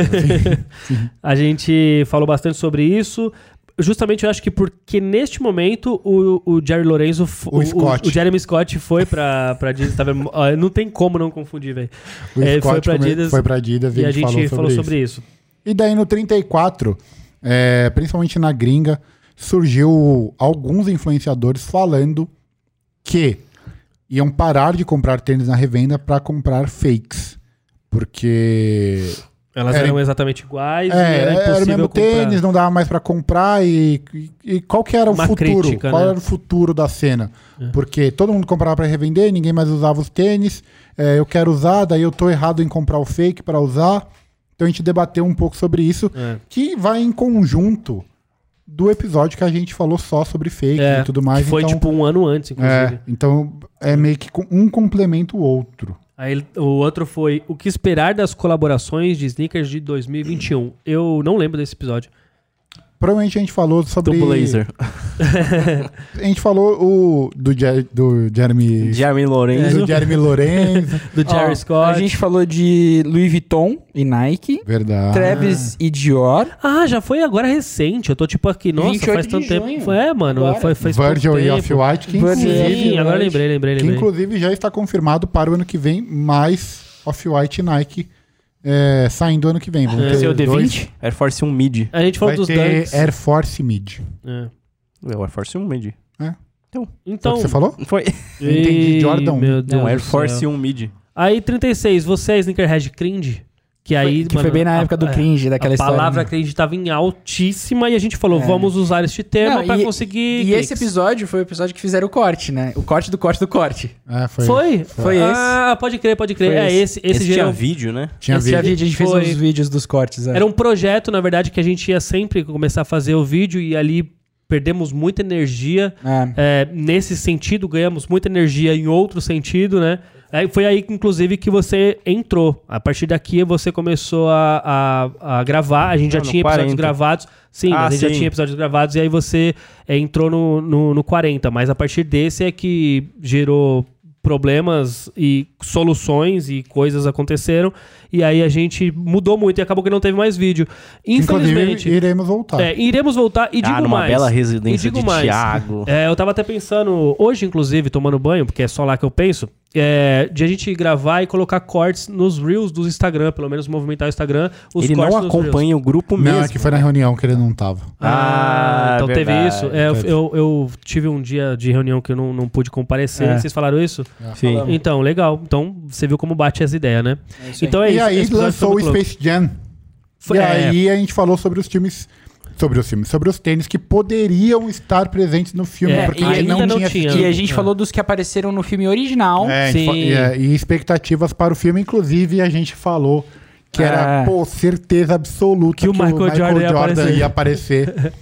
A gente falou bastante sobre isso. Justamente eu acho que porque neste momento o Jerry Lorenzo, o Jeremy Scott foi pra Adidas, tá vendo? Não tem como não confundir, velho. Foi pra Adidas e a gente falou sobre isso. E daí no 34, principalmente na gringa, surgiu alguns influenciadores falando que iam parar de comprar tênis na revenda pra comprar fakes. Porque... Elas eram exatamente iguais e era impossível era o mesmo tênis, não dava mais pra comprar e qual que era o futuro? Crítica, qual né? era o futuro da cena? Porque todo mundo comprava pra revender, ninguém mais usava os tênis, eu quero usar, daí eu tô errado em comprar o fake pra usar. Então a gente debateu um pouco sobre isso, que vai em conjunto do episódio que a gente falou só sobre fake e tudo mais. Que foi então, tipo um ano antes, inclusive. Então é meio que um complementa o outro. Aí o outro foi o que esperar das colaborações de sneakers de 2021. Eu não lembro desse episódio. Provavelmente a gente falou sobre... Do Blazer. A gente falou do Jeremy Lorenzo. Do Jeremy Lorenzo. Do Jerry Scott. A gente falou de Louis Vuitton e Nike. Verdade. Travis e Dior. Já foi agora recente. Eu tô tipo aqui, nossa, faz tanto tempo. Mano. Faz Virgil e Off-White, que inclusive... Sim, agora lembrei. Que inclusive já está confirmado para o ano que vem, mais Off-White e Nike saindo ano que vem. Vai ser o D20? Air Force 1 Mid. A gente falou dos Dunks. Air Force Mid. O Air Force 1 Mid. Então, Foi o que você falou? Foi. Eu entendi Jordan. Meu Deus não, Air Force 1 Mid. Aí 36, você é sneakerhead cringe? Que aí, foi bem na época do cringe, daquela história. A palavra cringe tava em altíssima e a gente falou, vamos usar este termo pra conseguir... E esse episódio foi o episódio que fizeram o corte, né? O corte do corte do corte. Foi esse. Pode crer. Esse tinha vídeo, né? Tinha vídeo. A gente fez uns vídeos dos cortes. Era um projeto, na verdade, que a gente ia sempre começar a fazer o vídeo e ali perdemos muita energia. Nesse sentido, ganhamos muita energia em outro sentido, né? Foi aí, inclusive, que você entrou. A partir daqui, você começou a gravar. A gente já tinha episódios gravados. Sim, a gente já tinha episódios gravados. E aí você entrou no 40. Mas a partir desse é que gerou problemas e soluções e coisas aconteceram. E aí a gente mudou muito e acabou que não teve mais vídeo. Infelizmente. Inclusive, iremos voltar. Iremos voltar e digo numa mais. Bela residência de Thiago. Eu tava até pensando, hoje inclusive, tomando banho, porque é só lá que eu penso, de a gente gravar e colocar cortes nos Reels do Instagram, pelo menos movimentar o Instagram. Ele não acompanha o grupo mesmo. Não, é que foi na reunião que ele não tava. Então verdade, teve isso. Eu tive um dia de reunião que eu não pude comparecer. Vocês falaram isso? Sim. Então, legal. Então, você viu como bate as ideias, né? Então e aí lançou o Space Jam. Aí a gente falou sobre os times... Sobre os tênis que poderiam estar presentes no filme, porque a gente não tinha. E a gente falou dos que apareceram no filme original. E expectativas para o filme, inclusive, a gente falou que era, certeza absoluta que o Michael Jordan ia aparecer.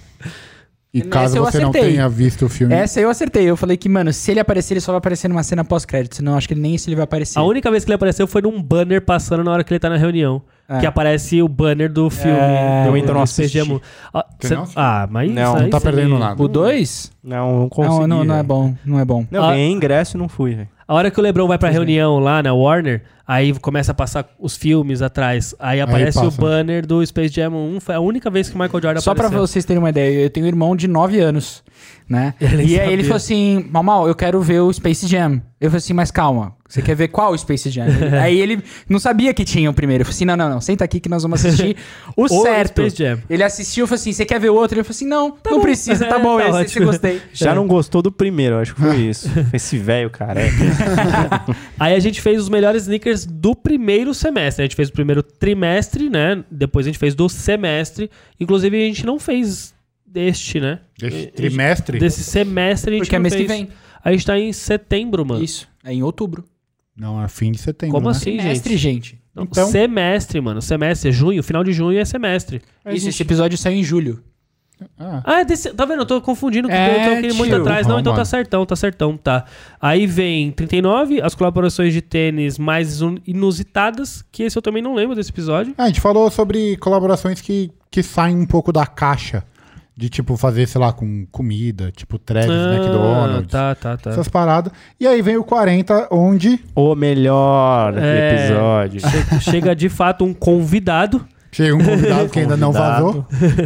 E caso você não tenha visto o filme... Essa eu acertei. Eu falei que, mano, se ele aparecer, ele só vai aparecer numa cena pós-crédito. Senão, acho que nem se ele vai aparecer. A única vez que ele apareceu foi num banner passando na hora que ele tá na reunião. Que aparece o banner do filme. Eu ainda não assisti. Mas... Não tá perdendo nada. O 2? Não consegui. Não é bom. Não é bom. Não, ganhei ingresso e não fui, velho. A hora que o LeBron vai pra reunião lá na Warner, aí começa a passar os filmes atrás. Aí aparece o banner do Space Jam 1. Foi a única vez que o Michael Jordan apareceu. Só pra vocês terem uma ideia, eu tenho um irmão de 9 anos, né? E aí ele falou assim, Mal, eu quero ver o Space Jam. Eu falei assim, mas calma, você quer ver qual Space Jam? Aí ele não sabia que tinha o primeiro. Eu falei assim, não, senta aqui que nós vamos assistir o certo. Space Jam. Ele assistiu, eu falei assim, você quer ver o outro? Ele falou assim, não precisa, tá bom, esse eu gostei. Já não gostou do primeiro, acho que foi isso. Esse velho careca. Aí a gente fez os melhores sneakers do primeiro semestre. A gente fez o primeiro trimestre, né? Depois a gente fez do semestre. Inclusive a gente não fez deste, né? Desse trimestre? Desse semestre a gente porque não fez. Porque é mês que vem. A gente tá em setembro, mano. Isso, é em outubro. Não, é fim de setembro. Como né? assim, semestre, gente? Não, então... Semestre, mano. Semestre, junho. Final de junho é semestre. Isso, esse episódio saiu em julho. Tá vendo? Eu tô confundindo com aquele muito atrás. Não, então tá certão. Aí vem 39, as colaborações de tênis mais inusitadas, que esse eu também não lembro desse episódio. A gente falou sobre colaborações que saem um pouco da caixa De, tipo, fazer, sei lá, com comida, tipo Travis, McDonald's. Tá. Essas paradas. E aí vem o 40, onde... O melhor episódio. Chega de fato um convidado. Chega um convidado que ainda não vazou.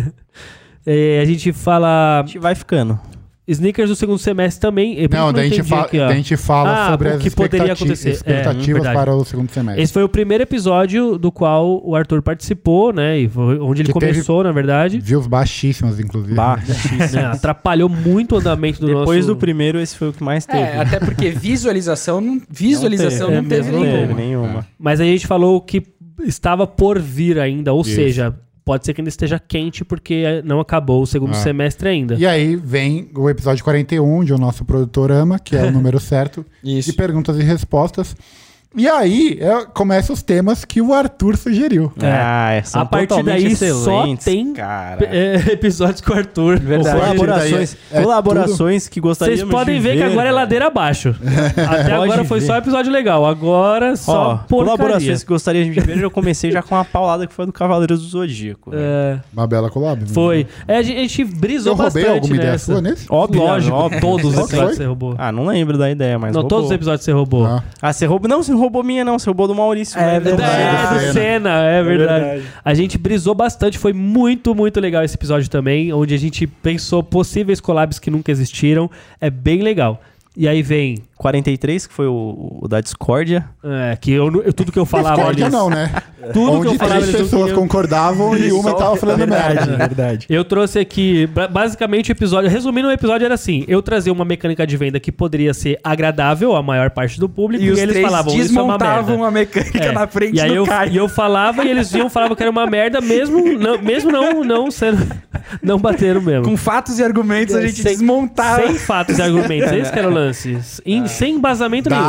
A gente fala... A gente vai ficando. Sneakers do segundo semestre também. Não, daí a gente fala sobre as que poderia acontecer. expectativas para o segundo semestre. Esse foi o primeiro episódio do qual o Arthur participou, né? E foi onde ele começou, na verdade. Views baixíssimas, inclusive. Baixíssimas. Atrapalhou muito o andamento do nosso... Depois do primeiro, esse foi o que mais teve. Até porque visualização não teve nenhuma. Mas a gente falou que estava por vir ainda, ou seja... Pode ser que ainda esteja quente, porque não acabou o segundo semestre ainda. E aí vem o episódio 41, onde o nosso produtor ama, que é o número certo, de perguntas e respostas. E aí começam os temas que o Arthur sugeriu. São a partir daí só tem episódios com o Arthur. Verdade. Colaborações que gostaríamos de ver. Vocês podem ver que agora é ladeira abaixo. Até agora foi só episódio legal. Agora só porcaria. Colaborações que gostaríamos de ver. Eu comecei já com uma paulada que foi do Cavaleiros do Zodíaco. Uma bela collab. Foi. A gente brisou bastante. Eu roubei alguma ideia sua nesse? Óbvio. Todos os episódios você roubou. Não lembro da ideia, mas roubou. Todos os episódios você roubou. Você roubou? Não, você não roubou minha, não. Você roubou do Maurício. Do Senna, é verdade. A gente brisou bastante. Foi muito, muito legal esse episódio também, onde a gente pensou possíveis collabs que nunca existiram. É bem legal. E aí vem... 43, que foi o da Discórdia. Que tudo que eu falava... Discórdia não, né? Tudo que eu falava... Onde 3 pessoas concordavam e uma tava falando merda. Verdade. Eu trouxe aqui, basicamente, o episódio... Resumindo, o episódio era assim. Eu trazia uma mecânica de venda que poderia ser agradável à maior parte do público. E eles falavam, isso é uma merda. Desmontavam uma mecânica na frente do Caio. E eu falava e eles falavam que era uma merda, mesmo não sendo... Não bateram mesmo. Com fatos e argumentos, a gente desmontava. Sem fatos e argumentos. Esse que era o lance. Sem embasamento nenhum.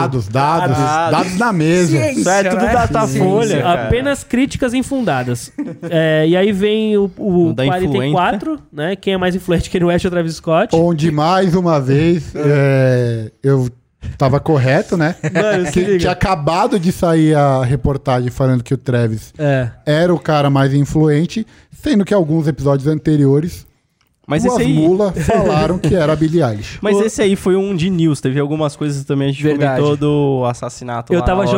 Dados na mesa. Ciência, isso é tudo Datafolha. Apenas críticas infundadas. E aí vem o 44, né? Quem é mais influente, Kanye West ou Travis Scott. Onde, mais uma vez, eu tava correto, né? Mano, que tinha acabado de sair a reportagem falando que o Travis era o cara mais influente, sendo que alguns episódios anteriores... Mas esse aí... Mula falaram que era a Billie Eilish. Mas esse aí foi um de news. Teve algumas coisas também, a gente comentou do assassinato eu tava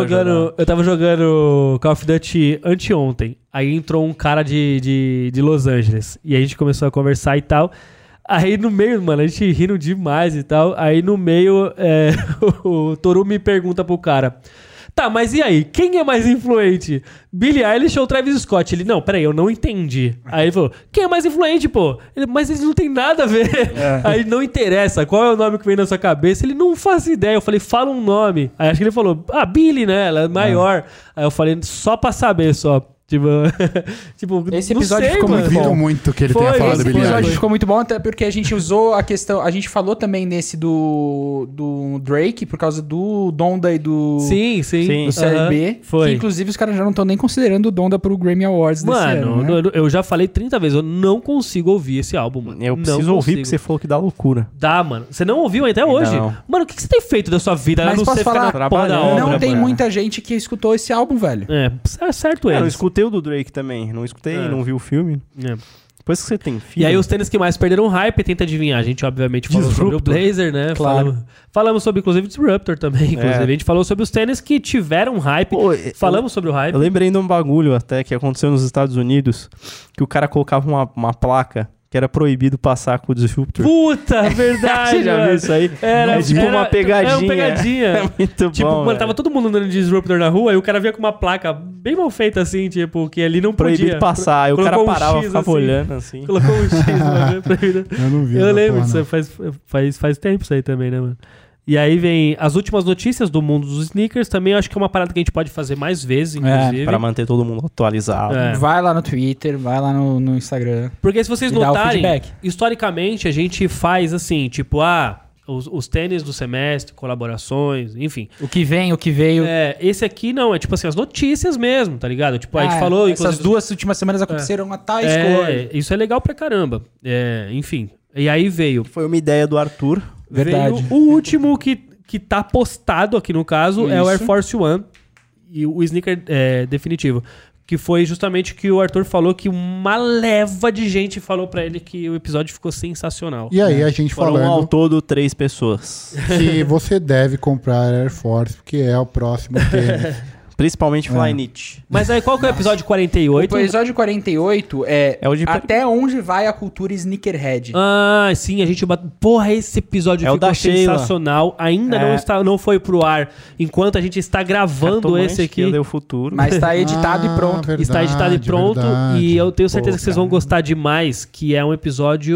jogando Call of Duty anteontem. Aí entrou um cara de Los Angeles. E a gente começou a conversar e tal. Aí no meio, mano, a gente rindo demais e tal. Aí no meio, o Toru me pergunta pro cara... Tá, mas e aí? Quem é mais influente? Billie Eilish ou Travis Scott? Ele, não, peraí, eu não entendi. Aí ele falou, quem é mais influente, pô? Ele, mas eles não tem nada a ver. Aí não interessa, qual é o nome que vem na sua cabeça? Ele, não faz ideia. Eu falei, fala um nome. Aí acho que ele falou, Billie, né? Ela é maior. Aí eu falei, só pra saber, só. Tipo, esse episódio ficou muito bom. Muito que ele tenha falado do Billie Eilish. Esse episódio ficou muito bom, até porque a gente usou a questão... A gente falou também nesse do Drake, por causa do Donda e do... Sim. Do Série B. Foi. Que, inclusive, os caras já não estão nem considerando o Donda pro Grammy Awards desse ano, né? Mano, eu já falei 30 vezes, eu não consigo ouvir esse álbum, mano. Eu preciso ouvir, porque você falou que dá loucura. Dá, mano. Você não ouviu até hoje? Não. Mano, o que você tem feito da sua vida? Mas posso falar, não tem mano. muita gente que escutou esse álbum, velho. É certo eles. Eu escutei o do Drake também. Não escutei, não vi o filme. Depois que você tem filho... E aí os tênis que mais perderam hype, tenta adivinhar. A gente obviamente falou sobre o Blazer, né? Claro. Falamos sobre, inclusive, o Disruptor também. Inclusive, a gente falou sobre os tênis que tiveram hype. Falamos sobre o hype. Eu lembrei de um bagulho até que aconteceu nos Estados Unidos, que o cara colocava uma placa que era proibido passar com o Disruptor. Puta, verdade. Você já viu isso aí? Era tipo uma pegadinha. Era uma pegadinha. É muito tipo, bom. Mano, tava todo mundo andando de Disruptor na rua e o cara vinha com uma placa bem mal feita assim, tipo, que ali não proibido podia. Passar. Aí o cara parava, ficava assim, olhando assim. Colocou um X, mano, proibido. Eu não vi. Eu lembro disso, faz tempo isso aí também, né, mano? E aí vem as últimas notícias do mundo dos sneakers. Também acho que é uma parada que a gente pode fazer mais vezes, inclusive. Pra manter todo mundo atualizado. Vai lá no Twitter, vai lá no Instagram. Porque se vocês notarem, historicamente a gente faz assim, tipo, os tênis do semestre, colaborações, enfim. O que vem, o que veio. Esse aqui não, é tipo assim, as notícias mesmo, tá ligado? Tipo, a gente falou... Essas duas últimas semanas aconteceram a tais coisas. Isso é legal pra caramba. Enfim. E aí veio... Foi uma ideia do Arthur. Verdade. Veio o último que tá postado aqui no caso é o Air Force One e o sneaker definitivo. que foi justamente que o Arthur falou que uma leva de gente falou pra ele que o episódio ficou sensacional. E aí a gente falando... ao todo 3 pessoas. Que você deve comprar Air Force, porque é o próximo tênis. Principalmente Flyknit. Mas aí qual que é o episódio 48? O episódio 48 é o de até onde vai a cultura sneakerhead. Ah, sim, a gente bateu... Porra, esse episódio ficou sensacional. Ainda não foi pro ar, enquanto a gente está gravando esse aqui. Deu futuro. Mas está editado e pronto. Verdade, está editado e pronto. Verdade. E eu tenho certeza que vocês vão gostar demais, que é um episódio...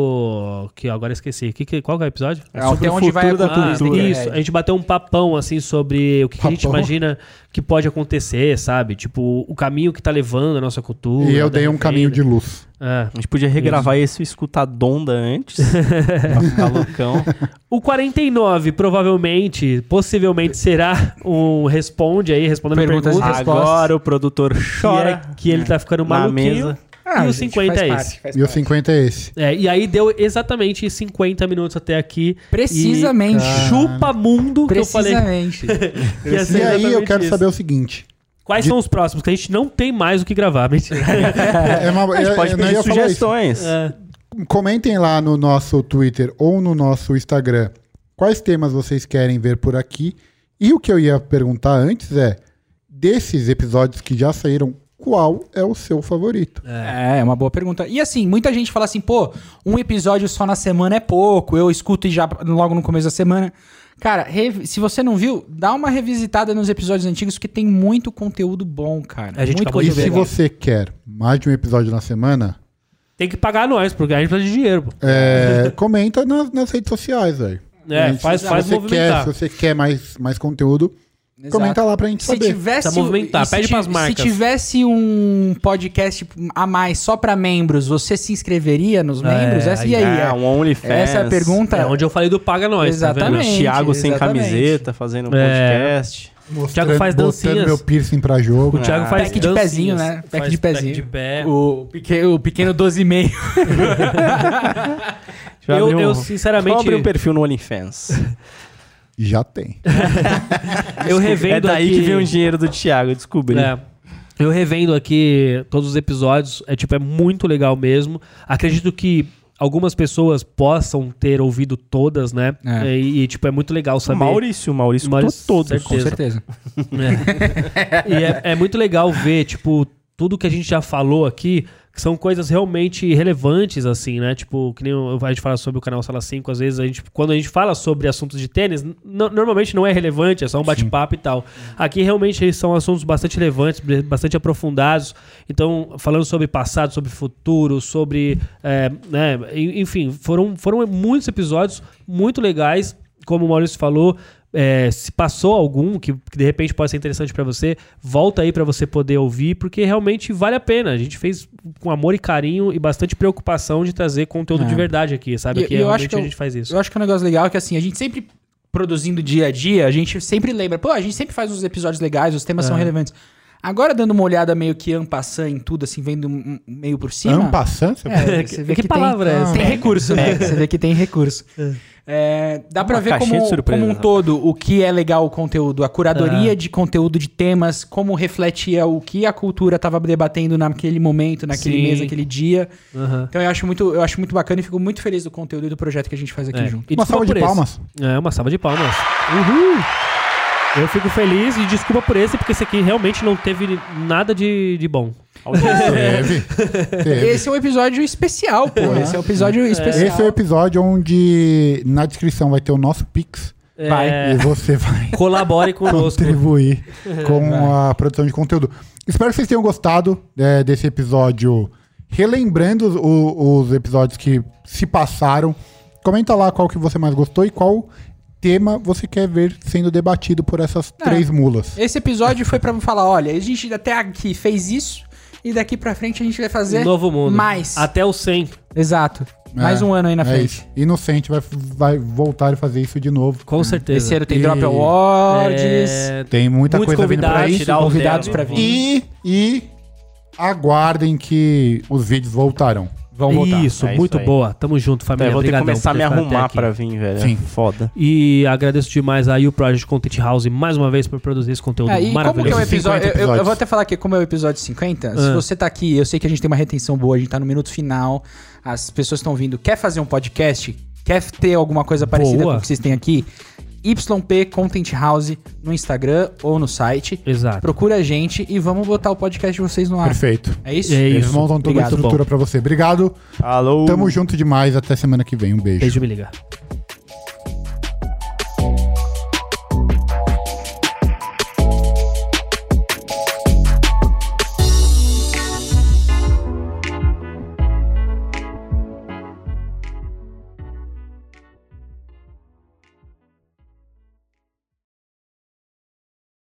que agora eu esqueci. Qual que é o episódio? Até onde vai a cultura sneakerhead. Isso, a gente bateu um papão, assim, sobre o que a gente imagina que pode acontecer, sabe? Tipo, o caminho que tá levando a nossa cultura. E eu dei um caminho de luz. A gente podia regravar esse e escutar Donda antes. Pra ficar loucão. O 49, possivelmente será um respondendo perguntas e respostas. Agora o produtor chora. Que ele tá ficando maluquinho. Mesa. E o 50 é esse. E o 50 é esse. E aí deu exatamente 50 minutos até aqui. Precisamente. Chupa mundo que eu falei. Precisamente. E aí eu quero saber o seguinte. Quais são os próximos? Que a gente não tem mais o que gravar. Mentira. A gente pode pedir sugestões. Comentem lá no nosso Twitter ou no nosso Instagram quais temas vocês querem ver por aqui. E o que eu ia perguntar antes é, desses episódios que já saíram, qual é o seu favorito? É uma boa pergunta. E assim, muita gente fala assim, pô, um episódio só na semana é pouco, eu escuto e já logo no começo da semana. Cara, se você não viu, dá uma revisitada nos episódios antigos, porque tem muito conteúdo bom, cara. E se você quer mais de um episódio na semana... Tem que pagar nós, porque a gente precisa de dinheiro. Pô. Comenta nas redes sociais, velho. Faz movimentar. Se você quer mais conteúdo... Exato. Comenta lá pra gente saber. Pede pras marcas. Se tivesse um podcast a mais só pra membros, você se inscreveria nos membros? E aí? Um OnlyFans. Essa é a pergunta. É onde eu falei do Paga Nós. Exatamente. Tá Thiago sem camiseta, fazendo um podcast. O Thiago faz dancinhas. Botando meu piercing pra jogo. O Thiago faz pack de pezinho, né? Pack de pezinho. Pack de pé. O pequeno 12,5. Eu sinceramente... Vou abrir um perfil no OnlyFans. Já tem. Eu revendo daí aqui... que vem o dinheiro do Thiago, descobri. Eu revendo aqui todos os episódios, é muito legal mesmo. Acredito que algumas pessoas possam ter ouvido todas, né? E é muito legal saber. Maurício todos. Com certeza. E é muito legal ver, tudo que a gente já falou aqui, que são coisas realmente relevantes, assim, né? Tipo, que nem a gente fala sobre o canal Sala 5, às vezes, quando a gente fala sobre assuntos de tênis, normalmente não é relevante, é só um bate-papo e tal. Aqui, realmente, são assuntos bastante relevantes, bastante aprofundados. Então, falando sobre passado, sobre futuro, sobre... enfim, foram muitos episódios muito legais, como o Maurício falou. Se passou algum que de repente pode ser interessante pra você, volta aí pra você poder ouvir, porque realmente vale a pena. A gente fez com amor e carinho e bastante preocupação de trazer conteúdo de verdade aqui, sabe? Que realmente a gente faz isso. Eu acho que é um negócio legal que assim, a gente sempre produzindo dia a dia, a gente sempre lembra, a gente sempre faz uns episódios legais, os temas são relevantes. Agora, dando uma olhada meio que en passant em tudo, assim, vendo meio por cima... En passant? Você vê que palavra é essa? Tem recurso, né? Você vê que tem recurso. Dá pra ver como um todo o que é legal o conteúdo, a curadoria de conteúdo de temas, como refletia o que a cultura estava debatendo naquele momento, naquele mês, naquele dia. Então eu acho muito bacana e fico muito feliz do conteúdo e do projeto que a gente faz aqui junto. Uma salva de palmas. Uma salva de palmas. Uhul! Eu fico feliz e desculpa por esse, porque esse aqui realmente não teve nada de bom. Teve. Esse é um episódio especial, pô. Esse é um episódio especial. Esse é o episódio onde na descrição vai ter o nosso Pix. E você vai colabore conosco, contribuir com a produção de conteúdo. Espero que vocês tenham gostado desse episódio, relembrando os episódios que se passaram. Comenta lá qual que você mais gostou e qual tema você quer ver sendo debatido por essas 3 mulas. Esse episódio foi pra falar, olha, a gente até aqui fez isso e daqui pra frente a gente vai fazer novo mundo. Mais. Até o 100. Exato. Mais um ano aí na frente. Isso. E no 100 a gente vai voltar e fazer isso de novo. Com certeza. Esse ano tem Drop Awards. Tem muita coisa vindo pra isso. Convidados pra vir. E aguardem que os vídeos voltarão. Vamos voltar. Isso, muito boa. Tamo junto, família. Vou ter que começar a me arrumar pra vir, velho. Sim. Foda. E agradeço demais aí o Project Content House mais uma vez por produzir esse conteúdo maravilhoso. Como que é o episódio? Eu vou até falar aqui, como é o episódio 50, se você tá aqui, eu sei que a gente tem uma retenção boa, a gente tá no minuto final, as pessoas estão vindo, quer fazer um podcast, quer ter alguma coisa parecida com o que vocês têm aqui, YP Content House no Instagram ou no site. Exato. Procura a gente e vamos botar o podcast de vocês no ar. Perfeito. É isso? Eles montam toda a estrutura pra você. Obrigado. Alô. Tamo junto demais. Até semana que vem. Um beijo. Beijo, me liga.